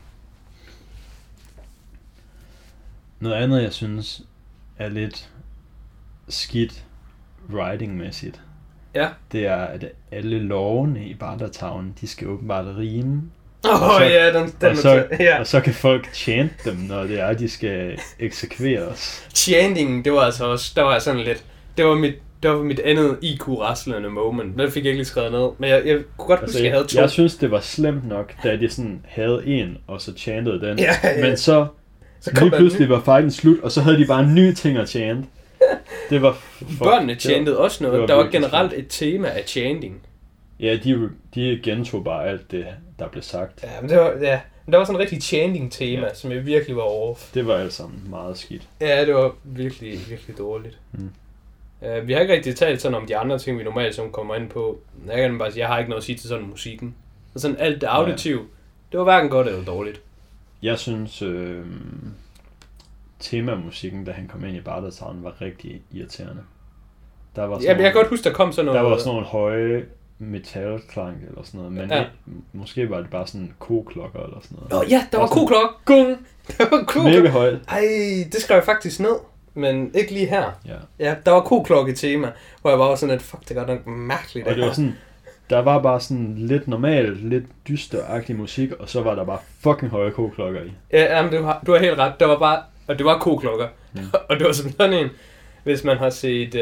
Noget andet, jeg synes er lidt skidt writing-mæssigt, det er, at alle lovene i Bartertown, de skal åbenbart rime. Og så kan folk chante dem, når det er, de skal eksekveres. Chanting, det var altså også, der var sådan lidt, det var mit andet IQ-raslende moment. Den fik jeg ikke lige skrevet ned, men jeg kunne godt huske, at jeg havde 2. Jeg synes, det var slemt nok, da de sådan havde en, og så chantede den. Men så lige pludselig var fighten slut, og så havde de bare en ny ting at chante. Det var børnene chantede også noget. Der var generelt et tema af chanting. Ja, de gentog bare alt det, der blev sagt. Ja, men der var sådan en rigtig chanting-tema, som jeg virkelig var off. Det var alt sammen meget skidt. Ja, det var virkelig, virkelig dårligt. Vi har ikke rigtig talt sådan om de andre ting, vi normalt sådan kommer ind på. Jeg kan bare sige, jeg har ikke noget at sige til sådan musikken. Og sådan alt det auditiv, det var hverken godt eller dårligt. Jeg synes, temamusikken, da han kom ind i Bartertown, var rigtig irriterende. Der var jeg kan godt huske, der kom sådan noget. Der var sådan nogle høje metalklang eller sådan noget, men måske var det bare sådan koklokker eller sådan noget. Der var koklokker. Gung! Der var koklokker. Mega højt. Ej, det skrev jeg faktisk ned, men ikke lige her. Ja, der var koklokke-tema, hvor jeg var sådan lidt, fuck, det er godt nok mærkeligt. Og det var sådan, der var bare sådan lidt normal, lidt dysteragtig musik, og så var der bare fucking høje koklokker i. Ja, men du har helt ret. Der var bare, og det var koklokker. Og det var sådan en, hvis man har set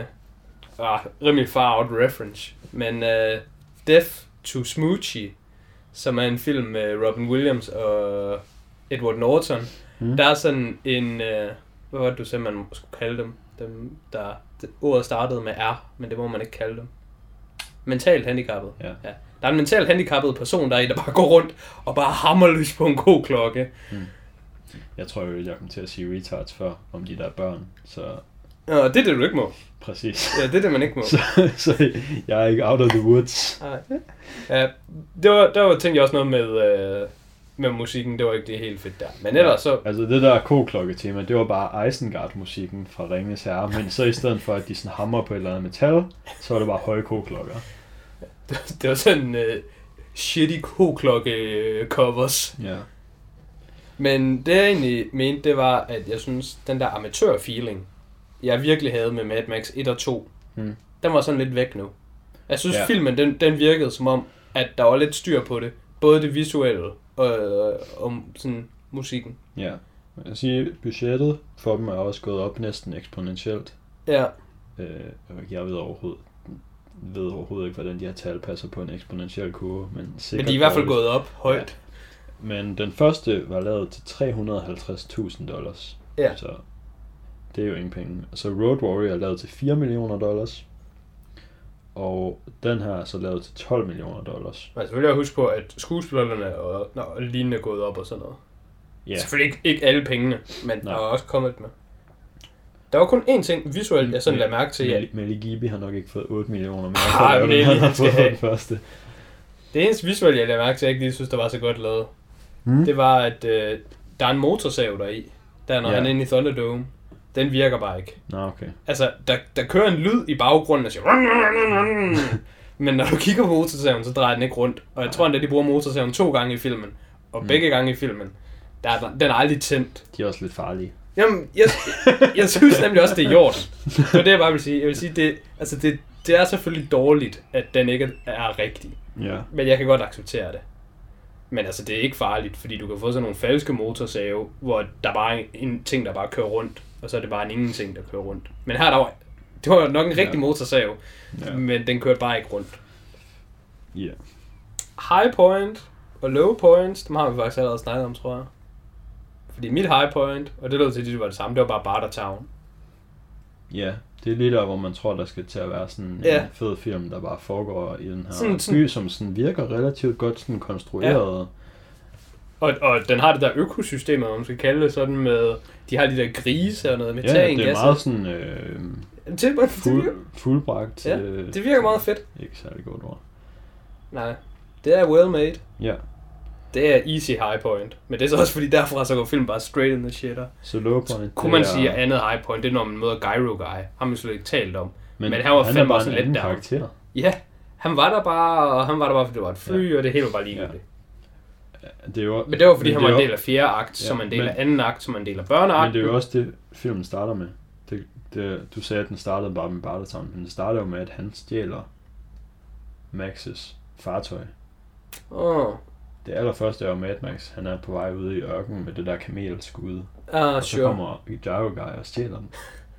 rimelig far out reference, men Death to Smoochie, som er en film med Robin Williams og Edward Norton. Der er sådan en, hvad var det du sagde, man skulle kalde dem der ordet startede med R, men det må man ikke kalde dem. Mentalt handicappet. Ja. Der er en mentalt handicappet person, der bare går rundt og bare hammer løs på en koklokke. Jeg tror jo, jeg kom til at sige retards før om de der børn, så... Ja, det er det, du ikke må. Præcis. Ja, det er det, man ikke må. så jeg er ikke out of the woods. Nej. Ja, der var tænkte jeg også noget med musikken, det var ikke det helt fedt der. Men ellers så... Altså det der koklokke-tema, det var bare Isengard-musikken fra Ringenes Herre, men så i stedet for, at de sådan hammer på et eller andet metal, så var det bare høje koklokker. Det var sådan shitty koklokke-covers. Ja. Men det jeg egentlig mente, det var, at jeg synes, den der amatør-feeling, jeg virkelig havde med Mad Max 1 og 2, den var sådan lidt væk nu. Jeg synes, filmen den virkede som om, at der var lidt styr på det. Både det visuelle og sådan musikken. Ja, jeg siger, budgettet for dem er også gået op næsten eksponentielt. Ja. Jeg ved overhovedet ikke, hvordan de her tal passer på en eksponentiel kurve. Men de er i hvert fald gået op højt. Ja. Men den første var lavet til $350,000. Ja. Så det er jo ingen penge. Så Road Warrior er lavet til $4 millioner. Og den her er så lavet til $12 millioner. Men selvfølgelig huske på, at skuespillerne og lignende er gået op og sådan noget. Yeah. Selvfølgelig ikke alle pengene, men der er også kommet med. Der var kun én ting visuelt, jeg sådan lagde mærke til. Mel Gibby har nok ikke fået 8 millioner mere. Han skal have den første. Det eneste visuelle, jeg lagde mærke til, jeg ikke lige synes, der var så godt lavet, det var, at der er en motorsav deri, når han er inde i Thunderdome. Den virker bare ikke. Nå, okay. Altså, der kører en lyd i baggrunden, og siger... Men når du kigger på motorsaven, så drejer den ikke rundt. Og jeg tror endda, de bruger motorsaven 2 gange i filmen. Og begge gange i filmen, den er aldrig tændt. De er også lidt farlige. Jamen, jeg synes nemlig også, det er jord. Det er det, jeg bare vil sige. Jeg vil sige, det er selvfølgelig dårligt, at den ikke er rigtig. Ja. Men jeg kan godt acceptere det. Men altså, det er ikke farligt, fordi du kan få sådan nogle falske motorsave, hvor der bare er en ting, der bare kører rundt, og så er det bare en ingenting, der kører rundt. Men her, det var nok en rigtig motorsav, men den kørte bare ikke rundt. Ja. Yeah. High point og low point, dem har vi faktisk allerede snakket om, tror jeg. Fordi mit high point, og det lød til, at det var det samme, det var bare Bartertown. Ja, det er lige der, hvor man tror, der skal til at være sådan en fed film, der bare foregår i den her by, som sådan virker relativt godt sådan konstrueret. Ja. Og den har det der økosystem, man skal kalde det sådan med, de har de der grise og noget metan. Ja, det er meget sådan fuldbragt. Ja, det virker meget fedt. Ikke særlig godt ord. Nej, det er well made. Ja. Det er easy high point, men det er så også fordi derfra så går filmen bare straight in the shitter. Så low point. Kunne man sige andet high point, det er når man møder Gyro Guy. Ham vi slet ikke talt om. Men han var fandme også lidt der. Karakter. Ja, han var der bare, fordi det var et fly, og det hele var bare ligegyldigt. Ja. Men det var fordi han var en del af 4. akt, som en del af 2. akt, som en del af børneakt. Men det er jo også det, filmen starter med. Du sagde, at den startede bare med Bartertown, men det starter jo med, at han stjæler Max's fartøj. Det allerførste er jo Mad Max. Han er på vej ude i ørkenen med det der kamelskud. Og så kommer Gyro Guy og stjæler dem.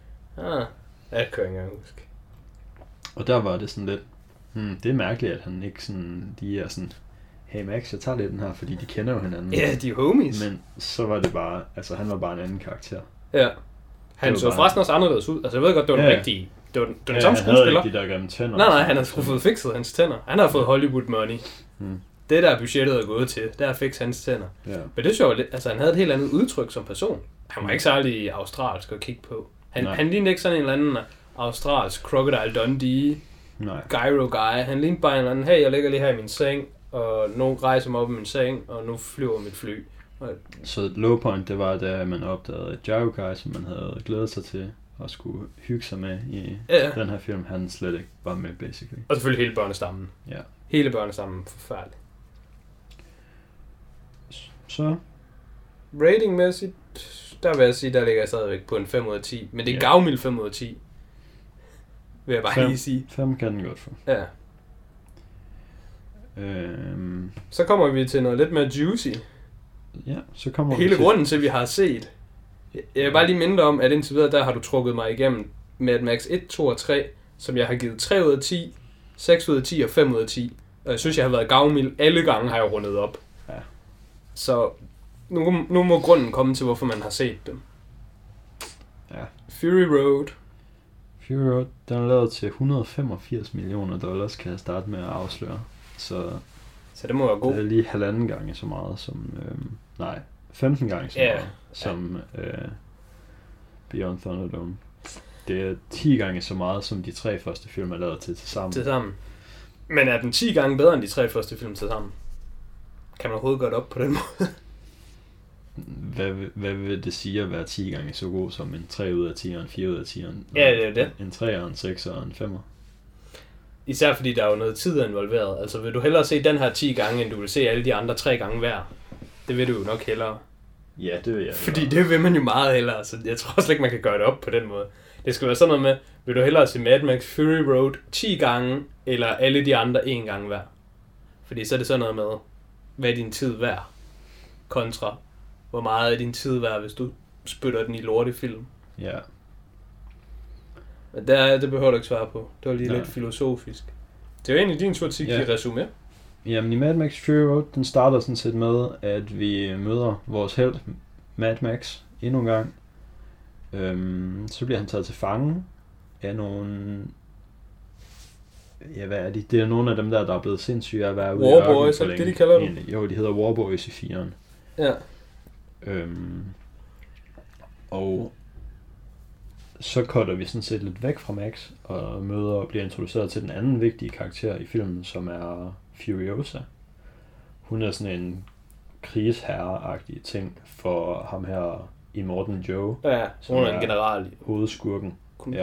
Det kan jeg ikke huske. Og der var det sådan lidt... det er mærkeligt, at han ikke sådan... De er sådan... Hey Max, jeg tager lidt den her, fordi de kender jo hinanden. Ja, de er homies. Men så var det bare... Altså, han var bare en anden karakter. Ja. Han så forresten også anderledes ud. Altså, jeg ved godt, det var den rigtige... Det var den samme skuespiller. Han havde ikke de der grimme tænder. Nej, han har fået fikset hans tænder. Han har fået Hollywood money. Det der budgettet er gået til, der er fikset hans tænder. Ja. Men det sjovt, altså han havde et helt andet udtryk som person. Han var ikke særlig australsk at kigge på. Han lignede ikke sådan en eller anden australsk Crocodile Dundee. Nej. Gyro Guy. Han lignede bare en eller anden, hey, jeg ligger lige her i min seng, og nu rejser mig op i min seng, og nu flyver mit fly. Så low point, det var da man opdagede, at Gyro Guy, som man havde glædet sig til at skulle hygge sig med i den her film, han slet ikke var med, basically. Og selvfølgelig hele børnestammen. Ja. Hele børnestammen, forfærdeligt. Så? Ratingmæssigt, der vil jeg sige, der ligger jeg stadigvæk på en 5 ud af 10. Men det er gavmild 5 ud af 10. Vil jeg bare lige sige. 5 kan den godt få. Ja. Så kommer vi til noget lidt mere juicy. Ja, så kommer hele grunden til, at vi har set. Jeg vil bare lige minde om, at indtil videre, der har du trukket mig igennem Mad Max 1, 2 og 3, som jeg har givet 3 ud af 10, 6 ud af 10 og 5 ud af 10. Og jeg synes, jeg har været gavmild. Alle gange har jeg rundet op. Ja. Så nu må grunden komme til, hvorfor man har set dem. Ja. Fury Road. Fury Road, den er lavet til $185 millioner, kan jeg starte med at afsløre. Så det må være god. Det er lige 1,5 gange så meget som... 15 gange så meget som Beyond Thunderdome. Det er 10 gange så meget, som de 3 første film er lavet til sammen. Men er den 10 gange bedre end de 3 første film til sammen? Kan man overhovedet gøre det op på den måde? Hvad vil det sige at være 10 gange så god som en 3 ud af 10 og en 4 ud af 10? Ja, det er det. En 3 og en 6 og en 5'er. Især fordi der er jo noget tid involveret. Altså vil du hellere se den her 10 gange, end du vil se alle de andre 3 gange hver? Det vil du jo nok hellere. Ja, det vil jeg. Fordi det vil man jo meget hellere, så jeg tror slet ikke, man kan gøre det op på den måde. Det skal være sådan noget med, vil du hellere se Mad Max Fury Road 10 gange, eller alle de andre 1 gang hver? Fordi så er det sådan noget med, hvad er din tid værd? Kontra, hvor meget er din tid værd, hvis du spytter den i lortefilm? Ja. Men det behøver du ikke svare på. Det var lige lidt filosofisk. Det er jo egentlig din tur til at resumé. Jamen i Mad Max Fury Road, den starter sådan set med, at vi møder vores helt Mad Max endnu en gang. Så bliver han taget til fange af nogle... Ja, hvad er de? Det er nogle af dem der er blevet sindssyge af at være ude i ørkenen. Warboys, er det de kalder dem? Jo, de hedder Warboys i 4'eren. Ja. Og så cutter vi sådan set lidt væk fra Max og møder og bliver introduceret til den anden vigtige karakter i filmen, som er Furiosa. Hun er sådan en krigsherre-agtig ting for ham her Immortan Joe. Ja, hun er en general. Hovedskurken. Ja.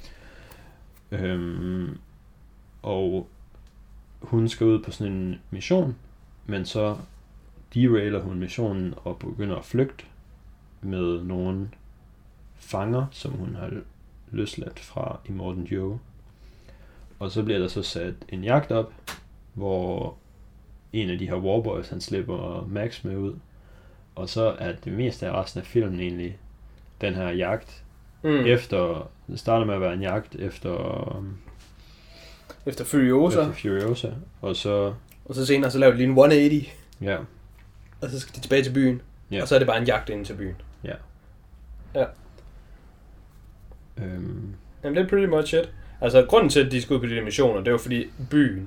Og hun skal ud på sådan en mission, men så derailer hun missionen og begynder at flygte med nogle fanger, som hun har løsladt fra Immortan Joe. Og så bliver der så sat en jagt op, hvor en af de her Warboys, han slipper Max med ud. Og så er det meste af resten af filmen egentlig den her jagt. Det starter med at være en jagt efter Furiosa. Og så senere så laver de lige en 180. Ja. Og så skal de tilbage til byen. Ja. Og så er det bare en jagt ind til byen. Ja. Jamen det er pretty much it. Altså grunden til at de skal ud på de der missioner, det er jo fordi byen.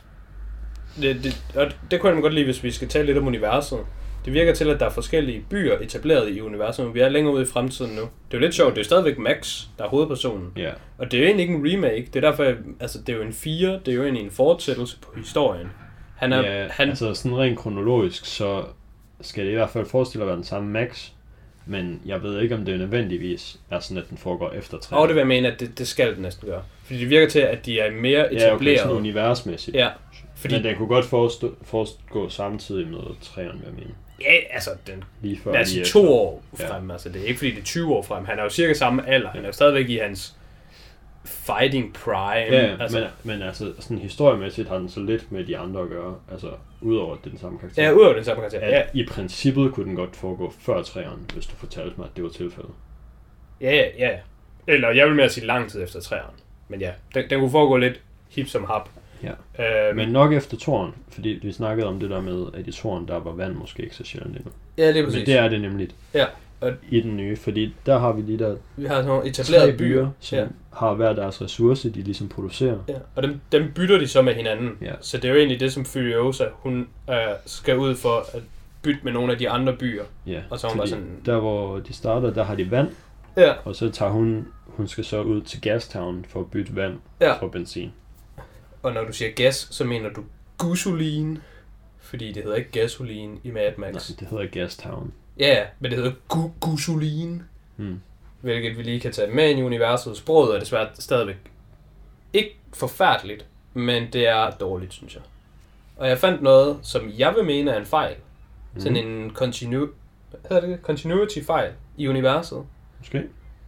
Det kunne jeg godt lide, hvis vi skal tale lidt om universet. Det virker til, at der er forskellige byer etableret i universet, men vi er længere ude i fremtiden nu. Det er jo lidt sjovt, det er stadigvæk Max, der er hovedpersonen. Yeah. Og det er jo egentlig ikke en remake, det er derfor, det er jo en 4, det er jo egentlig en fortsættelse på historien. Altså sådan rent kronologisk, så skal det i hvert fald forestille at være den samme Max, men jeg ved ikke, om det nødvendigvis er sådan, at den foregår efter 3. Og det vil jeg mene, at det skal det næsten gøre. Fordi det virker til, at de er mere etableret. Ja, okay, sådan universmæssigt. Ja. Fordi... Men den kunne godt foregå samtidig med 3'eren, hvad jeg mener. Ja, altså, lige før, lad os sige 2 år frem. Altså, det er ikke fordi, det er 20 år frem. Han er jo cirka samme alder. Han er jo stadigvæk i hans fighting prime. Ja, altså. Men altså, sådan historiemæssigt har den så lidt med de andre at gøre. Altså, udover at det er den samme karakter. Ja, udover den samme karakter. Ja. I princippet kunne den godt foregå før 3'eren, hvis du fortalte mig, at det var tilfældet. Ja. Eller jeg vil mere sige lang tid efter 3'eren. Men ja, den kunne foregå lidt hip som hap. Ja. Men nok efter 2'eren, fordi vi snakkede om det der med, at i 2'eren der var vand måske ikke så sjældent endnu. Ja, det er præcis. Men det er det nemlig i den nye, fordi der har vi lige der vi har sådan nogle etablerede byer, som har hver deres ressource, de ligesom producerer. Ja, og dem bytter de så med hinanden. Ja. Så det er jo egentlig det, som Furiosa, hun skal ud for at bytte med nogle af de andre byer. Ja, og så hun bare sådan... der hvor de starter, der har de vand, og så tager hun skal så ud til Gastown for at bytte vand for benzin. Og når du siger gas, så mener du gasolin, fordi det hedder ikke gasolin i Mad Max. Nej, det hedder Gastown. Ja, men det hedder gasolin, hvilket vi lige kan tage med ind i universet. Sproget er desværre stadigvæk ikke forfærdeligt, men det er dårligt, synes jeg. Og jeg fandt noget, som jeg vil mene er en fejl. Sådan en continuity-fejl i universet. Måske.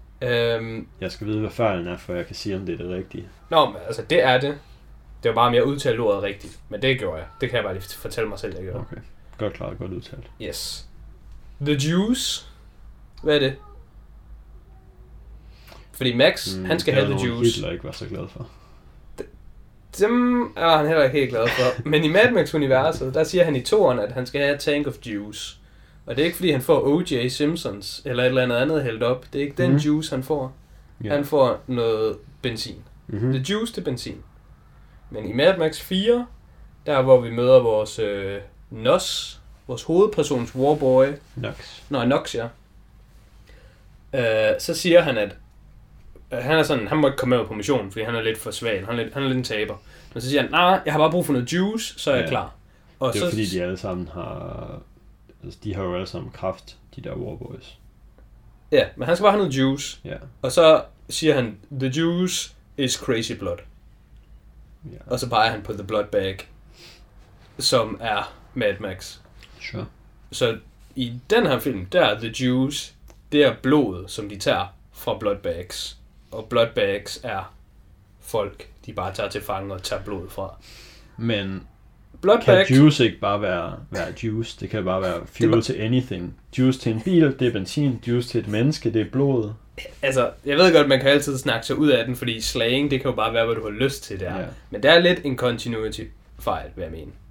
Jeg skal vide, hvad fejlen er, for jeg kan sige, om det er det rigtige. Nå, men altså det er det. Det var bare, om jeg udtalte ordet rigtigt. Men det gjorde jeg. Det kan jeg bare lige fortælle mig selv, jeg gjorde. Okay. Godt klart, godt udtalt. Yes. The Juice. Hvad er det? Fordi Max, han skal have The Juice. Hitler ikke var så glad for. Dem er han heller ikke helt glad for. Men i Mad Max-universet, der siger han i 2'eren, at han skal have tank of juice. Og det er ikke fordi, han får O.J. Simpsons eller et eller andet hældt op. Det er ikke den juice, han får. Yeah. Han får noget benzin. The Juice, det er benzin. Men i Mad Max 4, der hvor vi møder vores Nos, vores hovedpersons warboy. Nox, ja. Så siger han, at han er sådan, han må ikke komme med på missionen, fordi han er lidt for svag. Han er lidt en taber. Men så siger han, nej, jeg har bare brug for noget juice, så er jeg klar. Og det er fordi, de alle sammen har... Altså, de har jo alle sammen kraft, de der warboys. Ja, men han skal bare have noget juice. Ja. Og så siger han, the juice is crazy blood. Ja. Og så peger han på the blood bag, som er Mad Max. Sure. Så i den her film, der er the juice, det er blodet, som de tager fra blood bags. og bloodbags er folk, de bare tager til fange og tager blod fra. Men Bloodbag... kan juice ikke bare være juice? Det kan bare være fuel to anything. Juice til en bil, det er benzin. Juice til et menneske, det er blod. Altså, jeg ved godt, man kan altid snakke sig ud af den, fordi slang, det kan jo bare være, hvad du har lyst til der. Ja. Men der er lidt en continuity fejl, hvad jeg mener.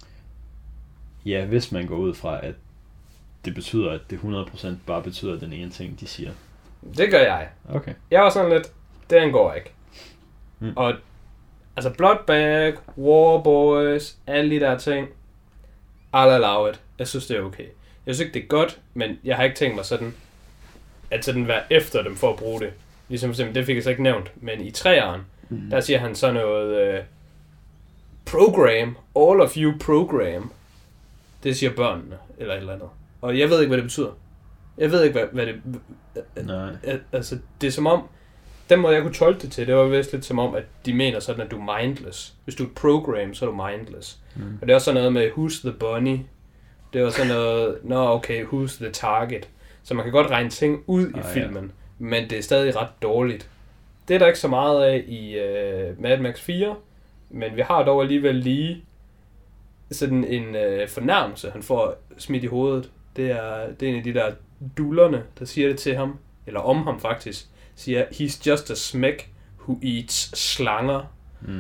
Ja, hvis man går ud fra, at det betyder, at det 100% bare betyder den ene ting, de siger. Det gør jeg. Okay. Jeg var sådan lidt, den går ikke. Og altså Bloodbag, War Boys, alle de der ting, I'll allow it. Jeg synes, det er okay. Jeg synes ikke, det er godt, men jeg har ikke tænkt mig sådan, at sådan være efter dem for at bruge det. Ligesom det fik jeg så ikke nævnt, men i 3'eren, der siger han sådan noget, program, all of you program. Det siger børnene, eller et eller andet. Og jeg ved ikke, hvad det betyder. Jeg ved ikke, hvad det... Nej. Altså, det er som om, den måde, jeg kunne tolke det til, det var vist lidt som om, at de mener sådan, at du er mindless. Hvis du er et program, så er du mindless. Og det er også sådan noget med, who's the bunny? Det var sådan noget, okay, who's the target? Så man kan godt regne ting ud i filmen, men det er stadig ret dårligt. Det er der ikke så meget af i Mad Max 4, men vi har dog alligevel lige sådan en fornærmelse, han får smidt i hovedet. Det er en af de der dullerne, der siger det til ham, eller om ham faktisk, siger, he's just a smeg who eats slanger.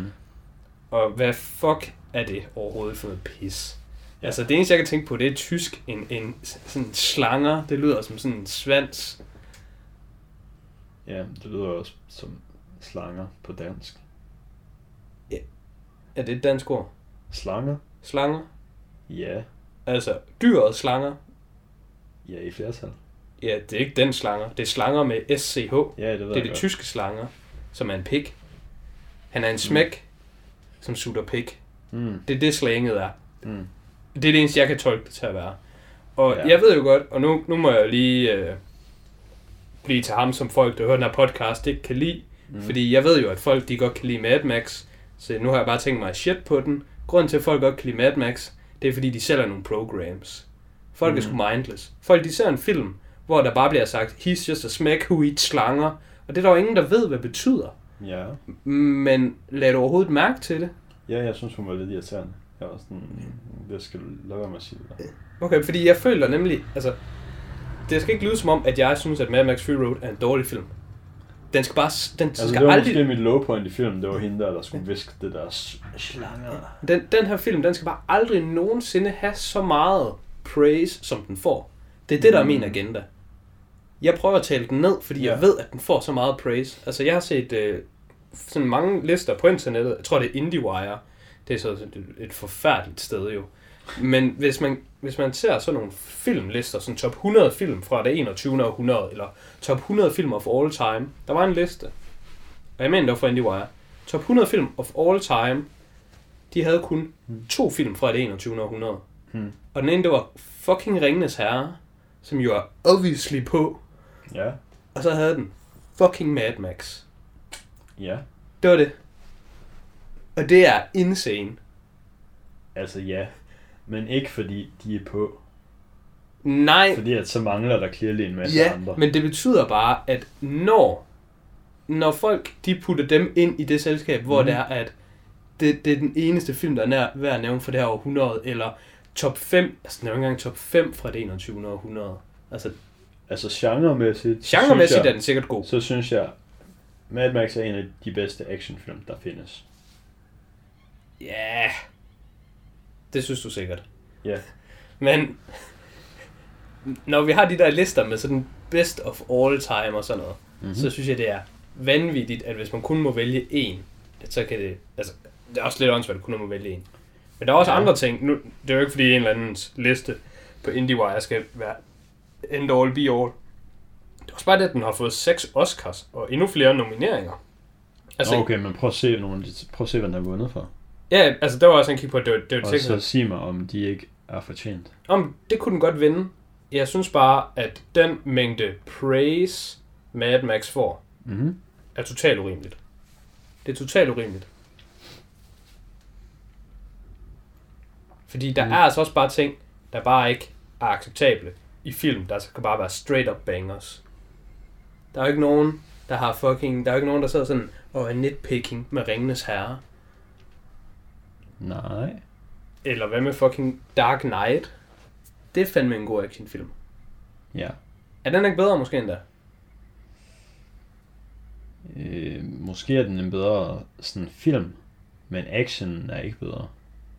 Og hvad fuck er det overhovedet for noget pis? Ja. Altså det eneste jeg kan tænke på, det er tysk, en sådan slanger, det lyder som sådan en svans. Ja, det lyder også som slanger på dansk. Ja. Er det et dansk ord? Slanger? Slanger? Ja. Altså dyret slanger? Ja, i flertal. Ja, det er ikke den slanger. Det er slanger med SCH. Ja, det ved det er det tyske slanger, som er en pig. Han er en smæk, som sutter pig. Det er det slanget er. Det er det eneste, jeg kan tolke det til at være. Og jeg ved jo godt, og nu må jeg lige blive til ham, som folk, der hører den her podcast, ikke kan lide. Fordi jeg ved jo, at folk, de godt kan lide Mad Max. Så nu har jeg bare tænkt mig at shit på den. Grunden til, at folk godt kan lide Mad Max, det er fordi, de sælger nogle programs. Folk er sgu mindless. Folk, de ser en film, hvor der bare bliver sagt, he's just a smeg who eats slanger. Og det er der jo ingen, der ved, hvad det betyder. Ja. Men lad du overhovedet mærke til det? Ja, jeg synes, hun var lidt irriterende. Jeg var sådan, det skal du lade være med at sige det der. Okay, fordi jeg føler nemlig, altså, det skal ikke lyde som om, at jeg synes, at Mad Max Fury Road er en dårlig film. Den skal bare, den altså, skal det var aldrig... måske mit low point i filmen, det var hende der skulle viske det der slanger. Den her film, den skal bare aldrig nogensinde have så meget praise, som den får. Det er det, der er min agenda. Jeg prøver at tale den ned, fordi jeg ved, at den får så meget praise. Altså, jeg har set sådan mange lister på internettet. Jeg tror, det er IndieWire. Det er så et forfærdeligt sted jo. Men hvis man ser sådan nogle filmlister, sådan top 100 film fra det 21. århundrede, eller top 100 film of all time, der var en liste. Og jeg mener, det var fra IndieWire. Top 100 film of all time, de havde kun 2 film fra det 21. århundrede. Og den ene, det var fucking Ringenes Herre, som jo er obviously på. Ja. Og så havde den fucking Mad Max. Ja. Det var det. Og det er insane. Altså ja, men ikke fordi de er på. Nej. Fordi at så mangler der clearly en masse andre. Ja, men det betyder bare, at når folk de putter dem ind i det selskab, hvor det er, at det er den eneste film, der er værd at nævne for det her århundrede, eller top 5, altså det er jo ikke engang top 5 fra det 21. århundrede. Altså genremæssigt er den sikkert god. Så synes jeg, Mad Max er en af de bedste actionfilm, der findes. Ja, yeah. Det synes du sikkert. Ja. Yeah. Men når vi har de der lister med sådan best of all time og sådan noget, så synes jeg, det er vanvittigt, at hvis man kun må vælge en, så kan det, altså, det er også lidt åndssvagt, at kun må vælge en. Men der er også andre ting. Nu, det er jo ikke fordi en eller andens liste på IndieWire skal være end all be all. Det er også bare det, at den har fået 6 Oscars og endnu flere nomineringer. Altså, okay, men prøv at se, hvad den har vundet for. Ja, altså der var også en kig på, at det var og så sig mig, om de ikke er fortjent. Det kunne den godt vinde. Jeg synes bare, at den mængde praise Mad Max får, er totalt urimeligt. Det er totalt urimeligt. Fordi der er altså også bare ting, der bare ikke er acceptable i film, der skal bare være straight up bangers. Der er jo ikke nogen der har fucking... Der er jo ikke nogen, der sidder sådan og er nitpicking med Ringenes Herre. Nej. Eller hvad med fucking Dark Knight? Det er fandme en god actionfilm. Ja. Er den ikke bedre måske endda? Måske er den en bedre sådan film, men action er ikke bedre.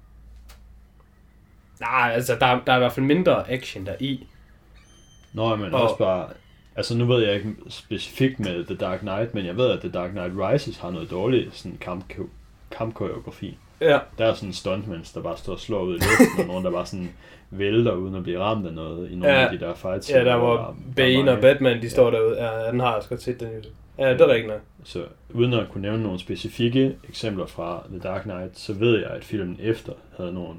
Nej, altså der er i hvert fald mindre action der i. Nå, men også bare... Altså nu ved jeg ikke specifikt med The Dark Knight, men jeg ved, at The Dark Knight Rises har noget dårligt sådan kampkoreografi. Ja. Der er sådan stuntmans, der bare står og slår ud i luften, og nogen, der bare sådan vælter uden at blive ramt af noget i nogle af de der fights. Ja, der var Bane og Batman, de står derude. Ja, den har jeg godt set, den jo. Ja, det er rigtigt nok. Så uden at kunne nævne nogle specifikke eksempler fra The Dark Knight, så ved jeg, at filmen efter havde nogle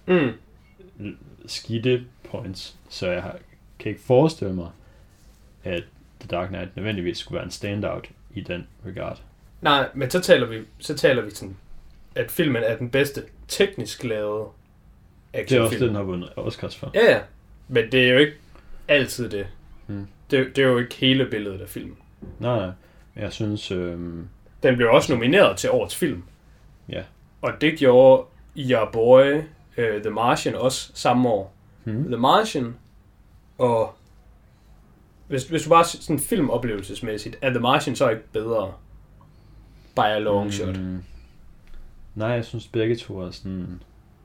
skidte points, så jeg kan ikke forestille mig, at The Dark Knight nødvendigvis skulle være en standout i den regard. Nej, men så taler vi sådan, at filmen er den bedste teknisk lavede actionfilm. Det er også det, den har vundet Oscars for. Ja, men det er jo ikke altid det. Det er jo ikke hele billedet af filmen. Nej, jeg synes... Den blev også nomineret til årets film. Ja. Og det gjorde Your Boy, The Martian også samme år. The Martian, og hvis du bare sådan filmoplevelsesmæssigt, er The Martian så ikke bedre? By a long shot. Nej, jeg synes begge to er sådan...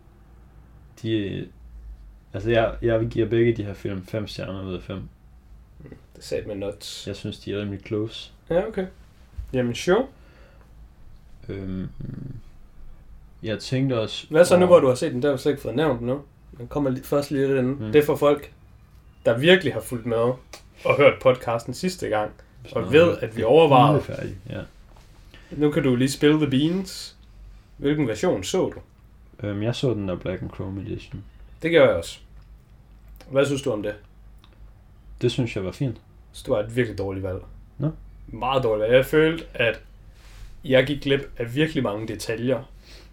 Altså jeg giver begge de her film 5 stjerner ud af 5. Det sagde med nuts. Jeg synes, de er rimelig close. Ja, okay. Jamen, sure. Jeg tænkte også... Hvad så nu, hvor du har set den? Der har du slet ikke fået nævnt den nu. Den kommer først lige den. Det er for folk, der virkelig har fulgt med og hørt podcasten sidste gang, og ved, at vi overvejer. Ja. Nu kan du lige spille the beans. Hvilken version så du? Jeg så den der Black and Chrome Edition. Det gør jeg også. Hvad synes du om det? Det synes jeg var fint. Så det var et virkelig dårligt valg. Nå? Meget dårligt valg. Jeg følte, at jeg gik glip af virkelig mange detaljer.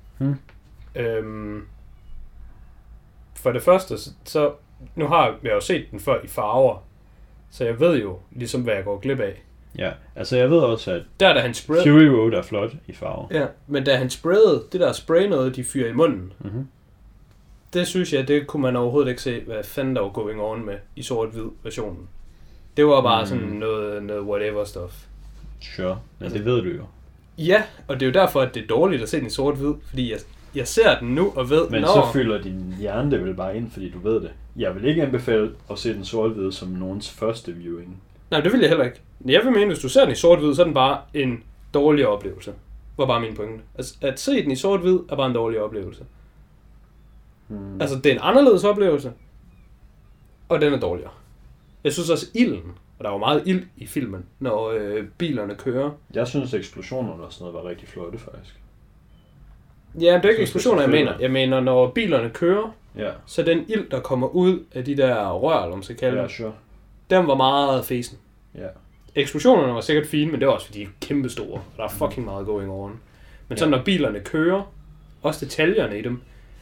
For det første, så nu har jeg jo set den før i farver, så jeg ved jo ligesom, hvad jeg går glip af. Ja, altså jeg ved også, at da han sprayede... Fury Road er flot i farver. Ja, men da han sprayede det der spray noget, de fyrer i munden, det synes jeg, det kunne man overhovedet ikke se, hvad fanden der var going on med i sort-hvid versionen. Det var bare sådan noget whatever stuff. Sure, men det ved du jo. Ja, og det er jo derfor, at det er dårligt at se den i sort-hvid, fordi jeg ser den nu og ved... Men så fylder din hjerne det vel bare ind, fordi du ved det. Jeg vil ikke anbefale at se den sort-hvid som nogens første viewing. Nej, det vil jeg heller ikke. Jeg vil mene, hvis du ser den i sort-hvid, så er den bare en dårlig oplevelse. Var bare min pointe. Altså, at se den i sort-hvid er bare en dårlig oplevelse. Altså, det er en anderledes oplevelse, og den er dårligere. Jeg synes også ilden, og der var meget ild i filmen, når bilerne kører. Jeg synes, eksplosionerne og sådan noget var rigtig flotte, faktisk. Ja, det er ikke eksplosioner, jeg mener. Jeg mener, når bilerne kører, så den ild, der kommer ud af de der rør, eller man skal kalde det, sure. Den var meget fesen. Ja. Eksplosionerne var sikkert fine, men det var også fordi de er kæmpe store, og der er fucking meget going on. Men så når bilerne kører, også detaljerne i dem,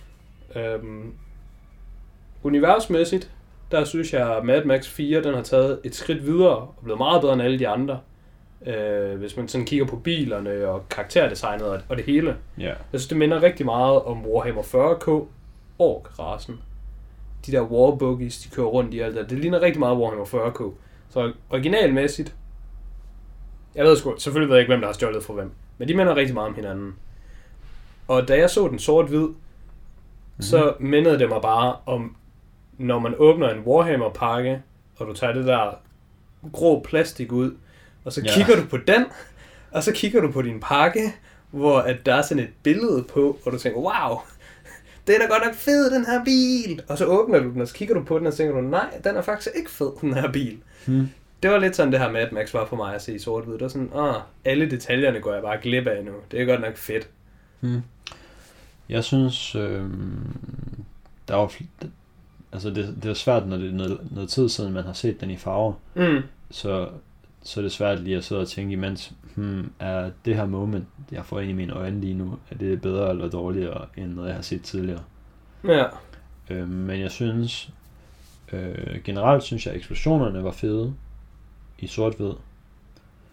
universmæssigt, der synes jeg, at Mad Max 4, den har taget et skridt videre, og blevet meget bedre end alle de andre. Hvis man sådan kigger på bilerne og karakterdesignet og det hele. Jeg synes, det minder rigtig meget om Warhammer 40K Ork-rasen. De der warbuggies, de kører rundt i alt det. Det ligner rigtig meget Warhammer 40K. Så originalmæssigt, jeg ved sgu, selvfølgelig ved jeg ikke, hvem der har stjålet fra hvem, men de minder rigtig meget om hinanden. Og da jeg så den sort-hvid, så mindede det mig bare om, når man åbner en Warhammer-pakke, og du tager det der grå plastik ud, og så kigger du på den, og så kigger du på din pakke, hvor at der er sådan et billede på, og du tænker, wow, den er godt nok fed, den her bil. Og så åbner du den, og så kigger du på den, og så tænker du, nej, den er faktisk ikke fed, den her bil. Det var lidt sådan, det her Mad Max var for mig at se i sort-hvid. Det var sådan, alle detaljerne går jeg bare glip af nu. Det er godt nok fedt. Jeg synes, der var... Altså, det er svært, når det er noget tid siden, man har set den i farver. Så er det svært lige at sidde og tænke imens, er det her moment, jeg får ind i mine øjne lige nu, er det bedre eller dårligere, end noget, jeg har set tidligere? Ja. Men jeg synes, generelt synes jeg, at eksplosionerne var fede i sort-hvid.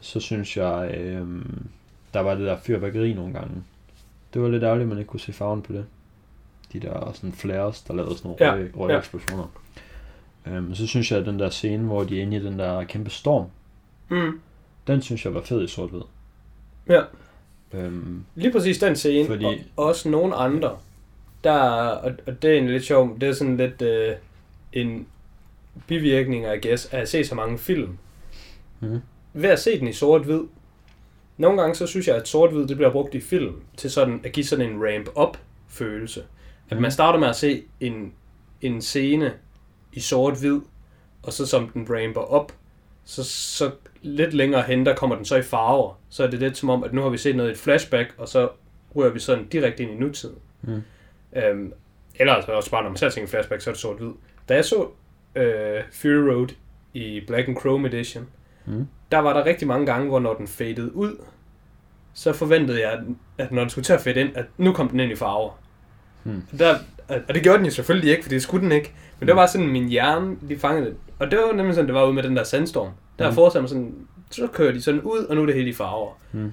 så synes jeg, der var det der fyrværkeri nogle gange. Det var lidt ærgerligt, at man ikke kunne se farven på det. De der sådan flares, der lavede sådan nogle røgeksplosioner. Så synes jeg, at den der scene, hvor de er inde i den der kæmpe storm, den synes jeg var fed i sort-hvid. Ja. Lige præcis den scene, fordi... og også nogle andre. Der, og det er egentlig lidt sjovt, det er sådan lidt en bivirkning, I guess, af at se så mange film. Ved at se den i sort-hvid, nogle gange så synes jeg, at sort-hvid det bliver brugt i film til sådan at give sådan en ramp-up følelse. At man starter med at se en scene i sort-hvid, og så som den ramper op, så lidt længere hen, der kommer den så i farver. Så er det lidt som om, at nu har vi set noget i et flashback, og så rører vi sådan direkte ind i nutiden. Eller altså også bare, når man selv tænker flashback, så er det sort-hvid. Da jeg så Fury Road i Black and Chrome Edition, der var der rigtig mange gange, hvor når den fadede ud, så forventede jeg, at når den skulle til at fade ind, at nu kom den ind i farver. Og det gjorde den jo selvfølgelig ikke, for det skulle den ikke. Men det var sådan, min hjerne, de fangede det. Og det var nemlig sådan, det var ude med den der sandstorm. Der forestiller mig sådan, så kører de sådan ud, og nu er det helt i farver.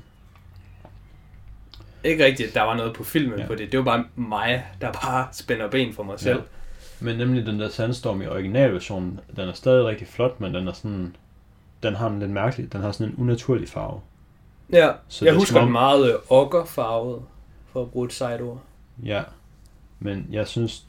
Ikke rigtigt, at der var noget på filmen på det. Det var bare mig, der bare spænder ben for mig selv. Men nemlig den der sandstorm i originalversionen, den er stadig rigtig flot, men den er sådan, den har en lidt mærkelig, den har sådan en unaturlig farve. Ja, så jeg husker den meget okkerfarvet, for at bruge et sejtord. Ja, men jeg synes,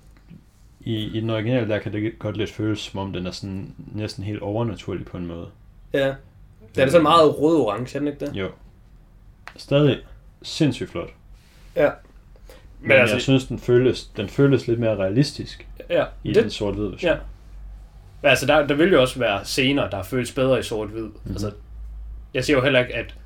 i den originale, der kan det godt lidt føles, som om den er sådan næsten helt overnaturlig på en måde. Ja, den er sådan meget rød-orange, er den ikke det? Jo. Stadig sindssygt flot. Ja. Men altså, jeg synes, den føles lidt mere realistisk i den sort-hvid version. Ja. Altså, der vil jo også være scener, der føles bedre i sort-hvid. Altså, jeg siger jo heller ikke, at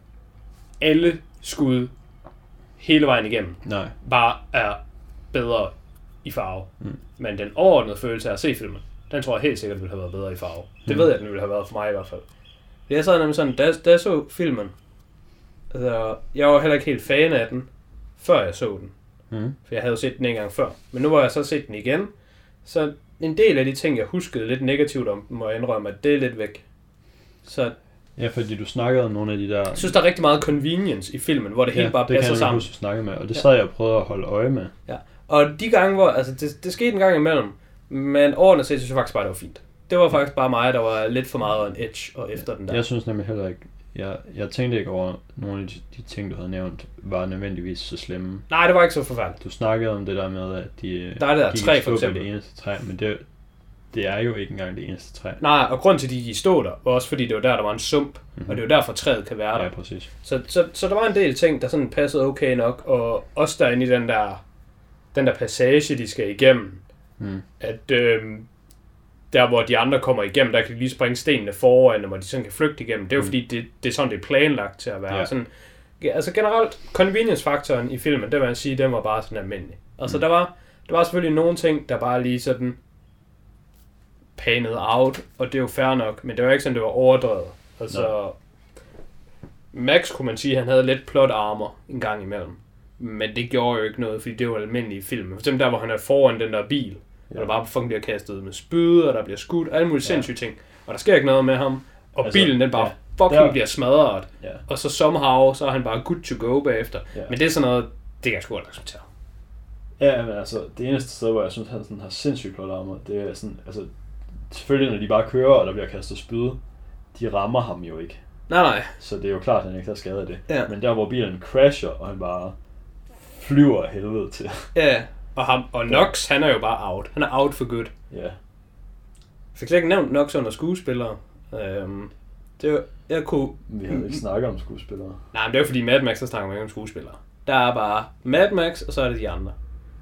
alle skud hele vejen igennem bare er bedre i farve. Men den overordnede følelse af at se filmen, den tror jeg helt sikkert ville have været bedre i farve. Det ved jeg, den ville have været for mig i hvert fald. Jeg sad nemlig sådan, da jeg så filmen, altså, jeg var heller ikke helt fan af den, før jeg så den. For jeg havde jo set den en gang før. Men nu hvor jeg så set den igen, så en del af de ting, jeg huskede lidt negativt om, må jeg indrømme, at det er lidt væk. Så ja, fordi du snakkede om nogle af de der... Jeg synes, der er rigtig meget convenience i filmen, hvor det hele bare passer sammen. det kan jeg huske at snakke med, og det sad jeg og prøvede at holde øje med. Ja, og de gange, hvor... Altså, det skete en gang imellem, men overordnet set, synes jeg faktisk bare, det var fint. Det var faktisk bare mig, der var lidt for meget en edge og efter den der. Jeg synes nemlig heller ikke... Jeg tænkte ikke over, nogle af de ting, du havde nævnt, var nødvendigvis så slemme. Nej, det var ikke så forfærdeligt. Du snakkede om det der med, at der er det der træ, for eksempel. Det eneste træ, men det er jo ikke engang det eneste træ. Nej, og grund til, at de stod der, var også fordi, det var der var en sump, og det var derfor, træet kan være der. Ja, præcis. Så der var en del ting, der sådan passede okay nok, og også derinde i den der passage, de skal igennem, at der, hvor de andre kommer igennem, der kan de lige springe stenene foran, hvor de sådan kan flygte igennem. Det er jo fordi, det er sådan, det er planlagt til at være. Ja. Sådan, altså generelt, convenience-faktoren i filmen, det vil jeg sige, den var bare sådan almindelig. Altså der var selvfølgelig nogle ting, der bare lige sådan panede out, og det er jo fair nok, men det var ikke sådan, det var overdrevet. Altså, Max kunne man sige, han havde lidt plot armor en gang imellem. Men det gjorde jo ikke noget, fordi det var almindelige film. For eksempel der, hvor han er foran den der bil, og der bare fucking bliver kastet med spyd, og der bliver skudt, alle mulige sindssyge ting. Og der sker ikke noget med ham, og altså, bilen den bare fucking bliver smadret. Ja. Og så somehow, så er han bare good to go bagefter. Ja. Men det er sådan noget, det kan jeg sgu godt acceptere. Ja, men altså, det eneste sted, hvor jeg synes, han sådan har sindssygt plot armor, det er sådan, altså, selvfølgelig når de bare kører, og der bliver kastet spyd, de rammer ham jo ikke. Nej. Så det er jo klart, at han ikke har skadet det. Ja. Men der, hvor bilen crasher, og han bare flyver af helvede til. Ja, og Nox, han er jo bare out. Han er out for good. Ja. Jeg fik slet ikke nævnt Nox under skuespillere. Det var, jeg kunne... Vi havde ikke snakket om skuespillere. Nej, men det er jo fordi Mad Max, der snakker ikke om skuespillere. Der er bare Mad Max, og så er det de andre.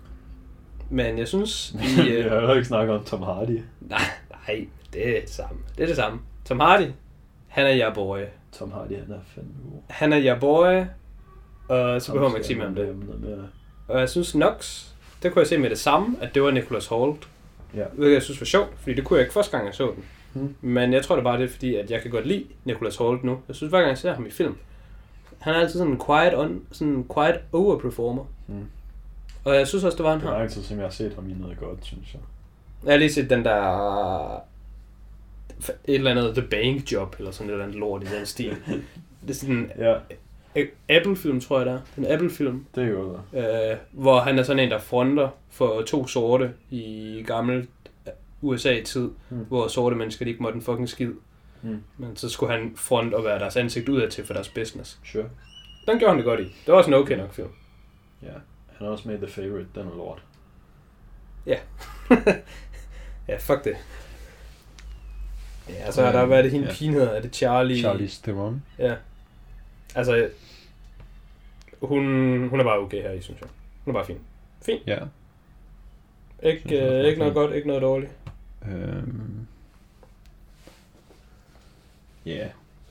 Men jeg synes... Vi har jo ikke snakket om Tom Hardy. Nej, det er det samme. Det er det samme. Tom Hardy, han er your boy. Tom Hardy, han er fandme god. Han er your boy, og så behøver man ikke sige mere om det. Og jeg synes Nox, det kunne jeg se med det samme, at det var Nicholas Hoult. Ja. Hvilket jeg synes var sjovt, fordi det kunne jeg ikke første gang, jeg så den. Men jeg tror det bare, det er fordi, at jeg kan godt lide Nicholas Hoult nu. Jeg synes hver gang, jeg ser ham i film, han er altid sådan en quiet overperformer. Og jeg synes også, det var han her. Det er altid, som jeg har set ham i noget godt, synes jeg. Jeg har lige set den der et eller andet The Bank Job, eller sådan et eller andet lort i den stil. Det er sådan Apple-film, tror jeg det er. Det er en Apple-film. Det er jo hvor han er sådan en, der fronter for 2 sorte i gammel USA-tid, hvor sorte mennesker ikke måtte en fucking skid. Men så skulle han front og være deres ansigt udadtil for deres business. Sure. Den gjorde han det godt i. Det var også en okay nok film. Ja, han har også med The Favorite, den er lort. Ja. Ja, fuck det. Ja, så har der været det hende pine hedder. Er det Charlize Theron? Ja. Altså, hun er bare okay her i, synes jeg. Hun er bare fin. Fin. Ja. Ikke noget godt, ikke noget dårligt. Ja.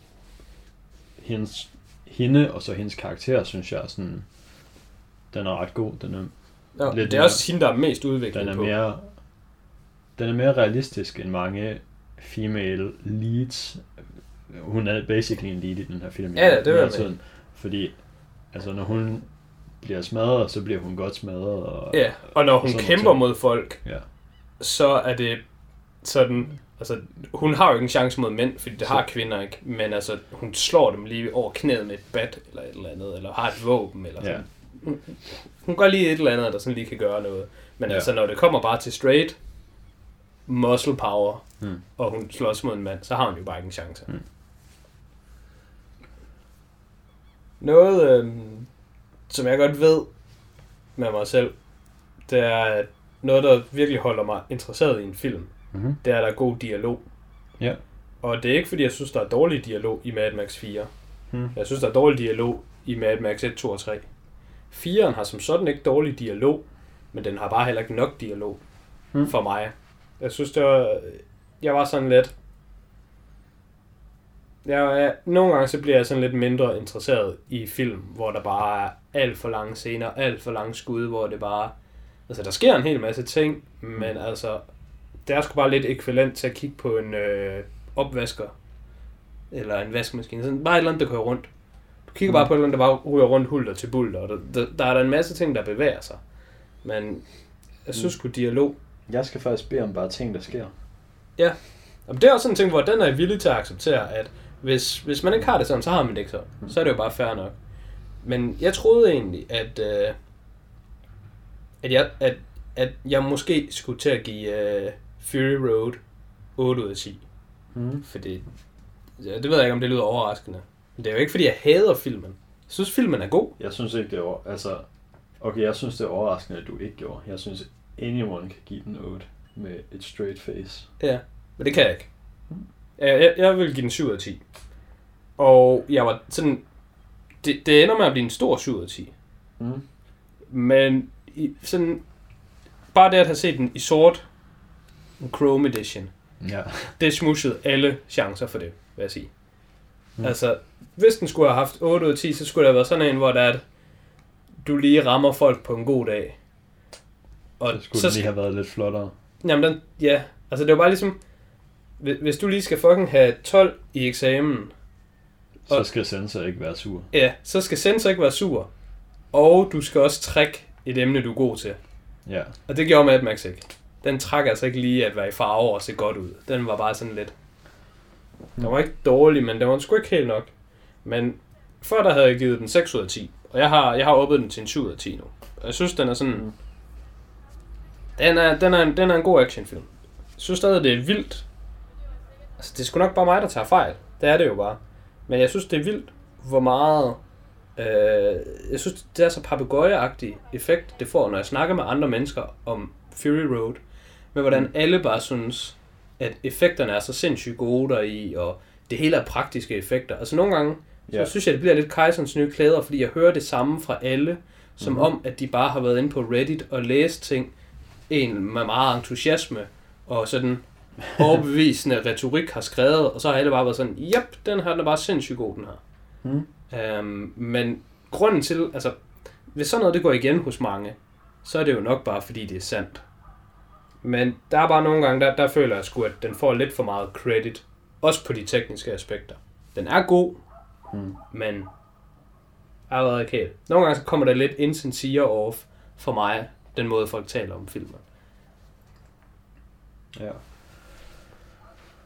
Hende og så hendes karakter, synes jeg, sådan, den er ret god. Den er lidt det er også hende, der er mest udviklet den er mere realistisk end mange female leads. Hun er basically en lead i den her film. Ja, det er det. Fordi altså, når hun bliver smadret, så bliver hun godt smadret. Og når hun kæmper mod folk, så er det sådan... Altså, hun har jo ikke en chance mod mænd, fordi det har kvinder ikke, men altså, hun slår dem lige over knæet med et bat, eller et eller andet, eller har et våben, eller sådan. Hun gør lige et eller andet, der sådan lige kan gøre noget. Men altså, når det kommer bare til straight muscle power, og hun slås mod en mand, så har hun jo bare ikke en chance. Noget, som jeg godt ved med mig selv, det er noget, der virkelig holder mig interesseret i en film. Det er, der er god dialog. Ja. Og det er ikke, fordi jeg synes, der er dårlig dialog i Mad Max 4. Jeg synes, der er dårlig dialog i Mad Max 1, 2 og 3. 4'eren har som sådan ikke dårlig dialog, men den har bare heller ikke nok dialog for mig. Jeg synes, jeg var sådan lidt... Nogle gange så bliver jeg sådan lidt mindre interesseret i film, hvor der bare er alt for lange scener, alt for lange skud, hvor det bare... Altså, der sker en hel masse ting, men altså... Det er sgu bare lidt ekvivalent til at kigge på en opvasker, eller en vaskemaskine. Sådan bare et eller andet, der kører rundt. Du kigger bare på et eller andet, der bare ryger rundt hulter til bulter, og der er der en masse ting, der bevæger sig. Men jeg synes sgu dialog... Jeg skal faktisk bede om bare ting, der sker. Ja. Og det er også sådan en ting, hvor den er villig til at acceptere, at hvis man ikke har det sådan, så har man det ikke sådan. Så er det jo bare fair nok. Men jeg troede egentlig, at jeg måske skulle til at give Fury Road 8 ud af 10. Fordi, det ved jeg ikke, om det lyder overraskende. Men det er jo ikke, fordi jeg hader filmen. Jeg synes, filmen er god. Jeg synes ikke, det er okay, jeg synes, det er overraskende, at du ikke gjorde. Jeg synes, anyone kan give den 8 med et straight face. Ja, men det kan jeg ikke. Jeg vil give den 7 ud af 10. Og jeg var sådan... Det ender med at blive en stor 7 ud af 10. Men sådan... Bare det at have set den i sort, en Chrome Edition, det smushede alle chancer for det, vil jeg sige. Altså, hvis den skulle have haft 8 ud af 10, så skulle der have været sådan en, hvor der er, at du lige rammer folk på en god dag. Og så skulle den lige have været lidt flottere. Jamen, altså det var bare ligesom, hvis du lige skal fucking have 12 i eksamen, så skal sensor ikke være sur. Ja, så skal sensor ikke være sur. Og du skal også trække et emne, du er god til. Ja. Og det gjorde Mad Max ikke. Den trak altså ikke lige at være i farver og se godt ud. Den var bare sådan lidt... Den var ikke dårlig, men den var sgu ikke helt nok. Men før der havde jeg givet den 6 ud af 10. Og jeg har oppet den til en 7 ud af 10 nu. Og jeg synes, den er sådan... Den er en god actionfilm. Jeg synes stadig, det er vildt. Altså, det er sgu nok bare mig, der tager fejl. Det er det jo bare. Men jeg synes, det er vildt, hvor meget... jeg synes, det er så papegøjeagtig effekt, det får, når jeg snakker med andre mennesker om Fury Road. Med hvordan alle bare synes, at effekterne er så sindssygt gode deri, og det hele er praktiske effekter. Altså nogle gange, så synes jeg, det bliver lidt Kajsons nye klæder, fordi jeg hører det samme fra alle, som om, at de bare har været inde på Reddit og læst ting, en med meget entusiasme, og sådan overbevisende retorik har skrevet, og så har alle bare været sådan, jep, den her den er bare sindssygt god, den her. Men grunden til, altså, hvis sådan noget det går igen hos mange, så er det jo nok bare fordi det er sandt. Men der er bare nogle gange, der føler jeg sgu, at den får lidt for meget credit, også på de tekniske aspekter. Den er god, men allerede ikke helt. Nogle gange så kommer der lidt insincere off for mig, den måde folk taler om filmen. Ja.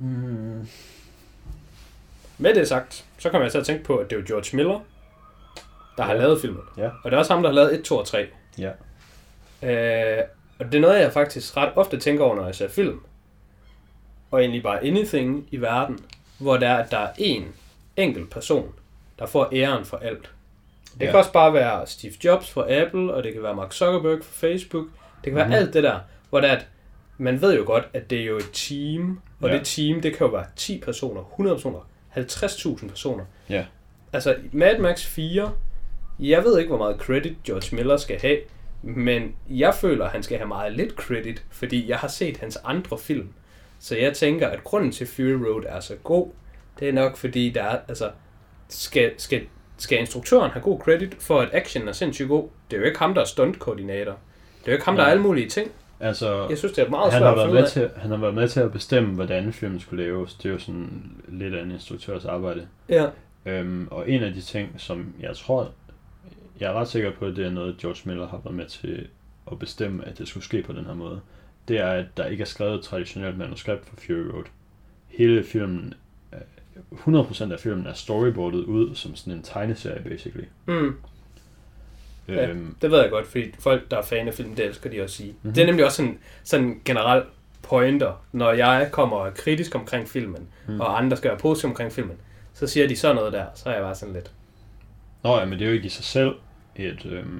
Med det sagt, så kommer jeg til at tænke på, at det er jo George Miller, der har lavet filmen. Ja. Og det er også ham, der har lavet 1, 2 og 3. Ja. Og det er noget, jeg faktisk ret ofte tænker over, når jeg ser film. Og egentlig bare anything i verden, hvor der er en enkelt person, der får æren for alt. Det kan også bare være Steve Jobs fra Apple, og det kan være Mark Zuckerberg fra Facebook. Det kan være alt det der, hvor der man ved jo godt, at det er jo et team, og det team, det kan jo være 10 personer, 100 personer, 50.000 personer. Ja. Altså, Mad Max 4, jeg ved ikke, hvor meget credit George Miller skal have, men jeg føler, at han skal have meget lidt credit, fordi jeg har set hans andre film. Så jeg tænker, at grunden til Fury Road er så god, det er nok fordi, der er, altså, skal instruktøren have god credit for, at action er sindssygt god? Det er jo ikke ham, der er stuntkoordinator. Det er jo ikke ham, der er alle mulige ting. Altså, jeg synes, det er meget svært at finde ud af. Han har været med til at bestemme, hvordan filmen skulle laves. Det er jo sådan lidt af en instruktørs arbejde. Ja. Og en af de ting, som jeg er ret sikker på, at det er noget, George Miller har været med til at bestemme, at det skulle ske på den her måde, det er, at der ikke er skrevet et traditionelt manuskript for Fury Road. Hele filmen, 100% af filmen er storyboardet ud som sådan en tegneserie, basically. Ja, det ved jeg godt, fordi folk, der er fan af filmen, det elsker de også sige. Det er nemlig også sådan en generel pointer, når jeg kommer kritisk omkring filmen, og andre skal være positive omkring filmen, så siger de sådan noget der, så er jeg bare sådan lidt. Nå ja, men det er jo ikke i sig selv en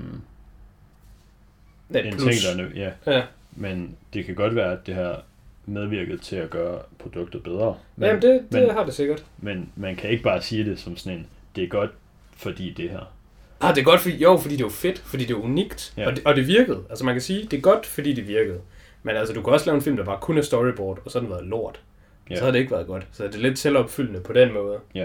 ting, der ja. Men det kan godt være, at det her medvirket til at gøre produktet bedre. Men, jamen det har det sikkert. Men man kan ikke bare sige det som sådan en, det er godt, fordi det her. Det er godt, fordi det er fedt, fordi det er unikt, og det virkede. Altså man kan sige, det er godt, fordi det virkede. Men altså, du kan også lave en film, der bare kun er storyboard, og så har den været lort. Så har det ikke været godt. Så det er lidt selvopfyldende på den måde. Ja.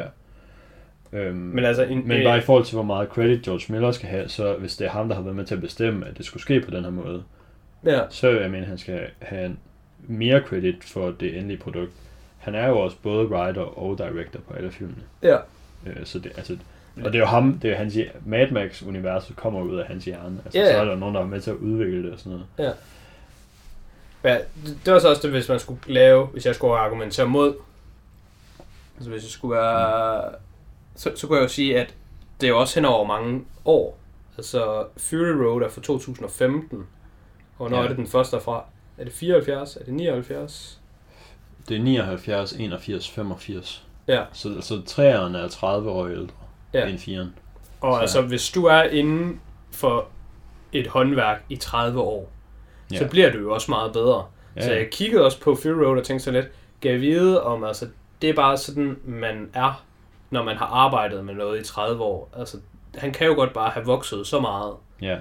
Men altså, men bare i forhold til, hvor meget credit George Miller skal have, så hvis det er ham, der har været med til at bestemme, at det skulle ske på den her måde, så jeg mener, han skal have mere credit for det endelige produkt. Han er jo også både writer og director på alle filmene. Ja. Så det, altså, og det er jo ham, det er hans, Mad Max-universet kommer ud af hans hjerne. Altså, så er der nogen, der er med til at udvikle det og sådan noget. Ja, det var så også det, hvis jeg skulle argumentere mod, altså hvis jeg skulle være, så kunne jeg jo sige, at det er jo også hen over mange år. Altså, Fury Road er fra 2015, og når er det den første derfra? Er det 74? Er det 79? Det er 79, 81, 85. Ja. Så træerne er 30 år ældre end 4'eren. Og altså, hvis du er inden for et håndværk i 30 år, så bliver du jo også meget bedre. Så jeg kiggede også på Fury Road og tænkte så lidt, kan jeg vide om, altså, det er bare sådan, man er, når man har arbejdet med noget i 30 år. Altså, han kan jo godt bare have vokset så meget. Ja.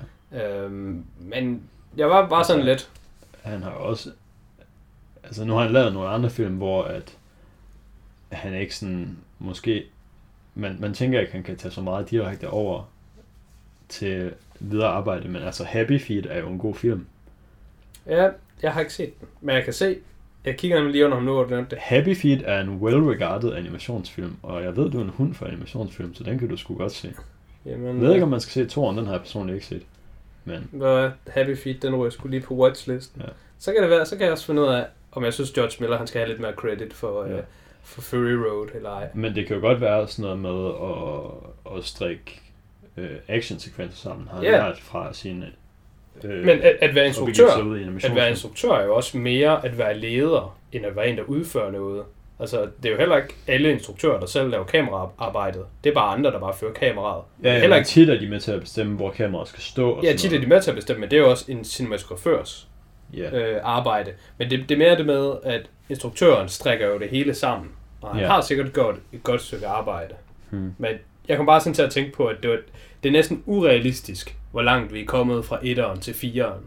Men jeg var bare sådan lidt. Han har også, altså nu har han lavet nogle andre film, hvor at han ikke sådan, måske, man tænker ikke, han kan tage så meget direkte over til videre arbejde, men altså Happy Feet er jo en god film. Ja, jeg har ikke set den, men jeg kan se, jeg kigger nemlig lige under ham nu, og det. Happy Feet er en well-regarded animationsfilm, og jeg ved, du er en hund for animationsfilm, så den kan du sgu godt se. Jamen, jeg ved ikke, om man skal se toren, den har jeg personligt ikke set. Men Happy Feet, den ryger sgu lige på watchlisten. Ja. Så kan det være, så kan jeg også finde ud af, om jeg synes George Miller, han skal have lidt mere credit for Fury Road eller ej. Men det kan jo godt være sådan noget med at strikke actionsekvenser sammen. Han har lært fra sine men at være instruktør er jo også mere at være leder, end at være en, der udfører noget. Altså, det er jo heller ikke alle instruktører, der selv laver kameraarbejdet. Det er bare andre, der bare fører kameraet. Ja, heller ikke tit er de med til at bestemme, hvor kameraet skal stå. Ja, tit er de med til at bestemme, men det er jo også en cinematograførs arbejde. Men det er mere det med, at instruktøren strikker jo det hele sammen. Og han har sikkert gjort et godt stykke arbejde. Men jeg kom bare sådan til at tænke på, at det er næsten urealistisk, hvor langt vi er kommet fra 1'eren til 4'eren.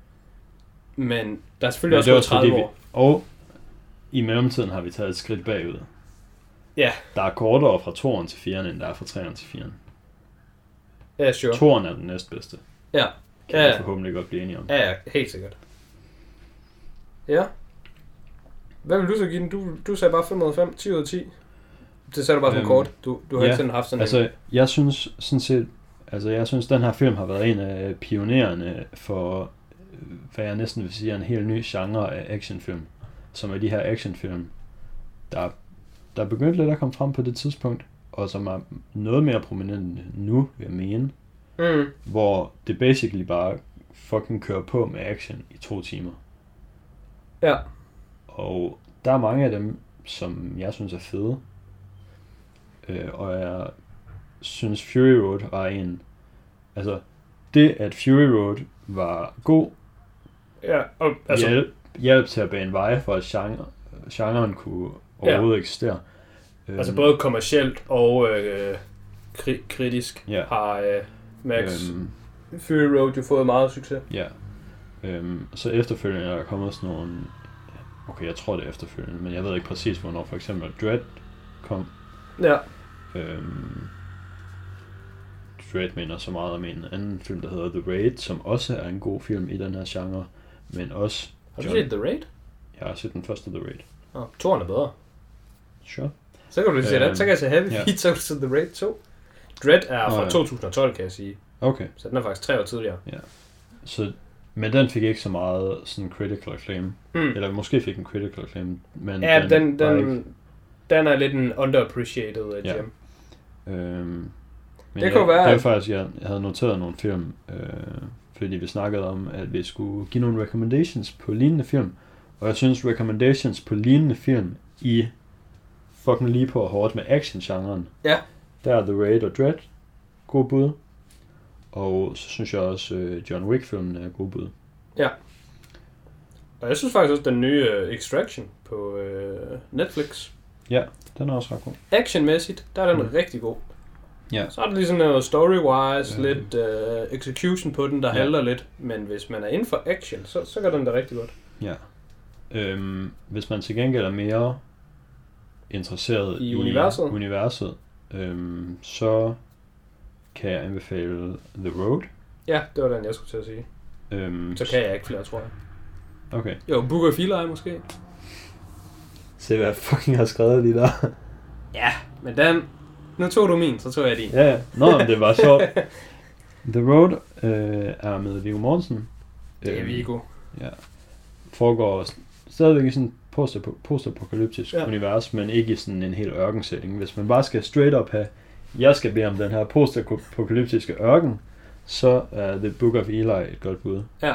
Men der er selvfølgelig også gået 30 år. Og i mellemtiden har vi taget et skridt bagud. Ja. Der er kortere fra 2'eren til 4'eren, end der er fra 3'eren til 4'eren. Ja, sure. 2'eren er den næstbedste. Ja. Kan jeg forhåbentlig godt blive enige om. Ja, helt sikkert. Ja. Hvad vil du så give den? Du sagde bare 5 ud af 5, 10 ud af 10. Det sagde du bare som kort. Du har ikke sådan haft sådan altså, jeg synes sådan set, den her film har været en af pionererne for, hvad jeg næsten vil sige, en helt ny genre af actionfilm. Som er de her actionfilm, der er begyndt lidt at komme frem på det tidspunkt, og som er noget mere prominent nu, vil jeg mene, hvor det basically bare fucking kører på med action i 2 timer. Ja. Og der er mange af dem, som jeg synes er fede, og jeg synes Fury Road var en, altså det at Fury Road var god, ja, og altså hjælp til at bane veje for at genren kunne overhovedet eksistere. Altså både kommercielt og kritisk har Max Fury Road jo fået meget succes. Ja. Så efterfølgende er der kommet sådan nogle, okay, jeg tror det er efterfølgende, men jeg ved ikke præcis hvornår, for eksempel Dredd kom. Ja. Dredd minder så meget om en anden film, der hedder The Raid, som også er en god film i den her genre, men også... Har du set The Raid? Jeg har set den første The Raid. Toren er bedre. Sure. Så kan du se den. Så kan jeg se Heavy Feet, så kan du se The Raid 2. Dredd er fra 2012, kan jeg sige. Okay. Så den er faktisk 3 år tidligere. Ja. Så, men den fik ikke så meget sådan critical acclaim. Eller måske fik en critical acclaim, men ja, den er lidt en underappreciated gem. Men det kunne være... Det var faktisk, jeg havde noteret nogle film, fordi vi snakkede om, at vi skulle give nogle recommendations på lignende film. Og jeg synes, recommendations på lignende film i fucking lige på hårdt med action-genren. Ja. Der er The Raid og Dredd god bud. Og så synes jeg også, John Wick-filmen er god bud. Ja. Og jeg synes faktisk også, den nye Extraction på Netflix. Ja, den er også ret god. Actionmæssigt, der er den rigtig god. Ja. Så er der lige sådan noget story-wise, lidt execution på den, der halter lidt. Men hvis man er inden for action, så gør den da rigtig godt. Ja. Hvis man til gengæld er mere interesseret i universet så kan jeg anbefale The Road. Ja, det var den, jeg skulle til at sige. Så kan jeg ikke flere, tror jeg. Okay. Jo, Book of Eli måske. Se, hvad jeg fucking har skrevet lige der. Ja, men den... Nu tog du min, så tog jeg din. Ja. Nå, det var sjovt. The Road er med Viggo Mortensen. Det er Viggo. Ja. Foregår stadigvæk i sådan postapokalyptisk univers, men ikke i sådan en hel ørkensætning. Hvis man bare skal straight up have, jeg skal bede om den her postapokalyptiske ørken, så er The Book of Eli et godt bud. Ja.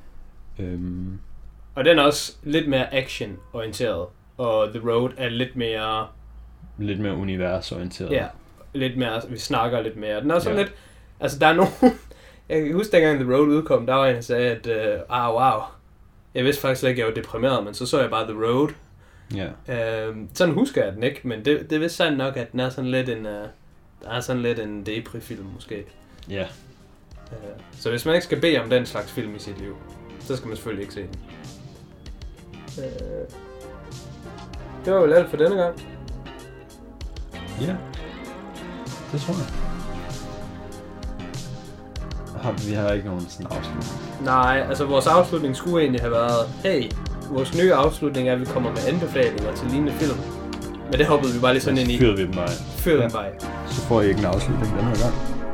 Og den er også lidt mere action-orienteret, og The Road er lidt mere universorienteret. Ja, lidt mere, vi snakker lidt mere. Den er sådan lidt, altså der er nogen, jeg kan huske dengang The Road udkom, der var en, der sagde, at wow, jeg vidste faktisk ikke, at jeg var deprimeret, men så jeg bare The Road. Ja. Sådan husker jeg den ikke, men det vidste sandt nok, at den er sådan lidt en, der er sådan lidt en depri-film måske. Ja. Så hvis man ikke skal bede om den slags film i sit liv, så skal man selvfølgelig ikke se den. Det var vel alt for denne gang. Ja, det tror jeg. Vi har ikke nogen sådan afslutning. Nej, altså vores afslutning skulle egentlig have været, hey, vores nye afslutning er, at vi kommer med anbefalinger til lignende film. Men det hoppede vi bare lige sådan ind i. Fyrede vi dem bare. Fyrede dem bare. Så får I ikke en afslutning den her gang.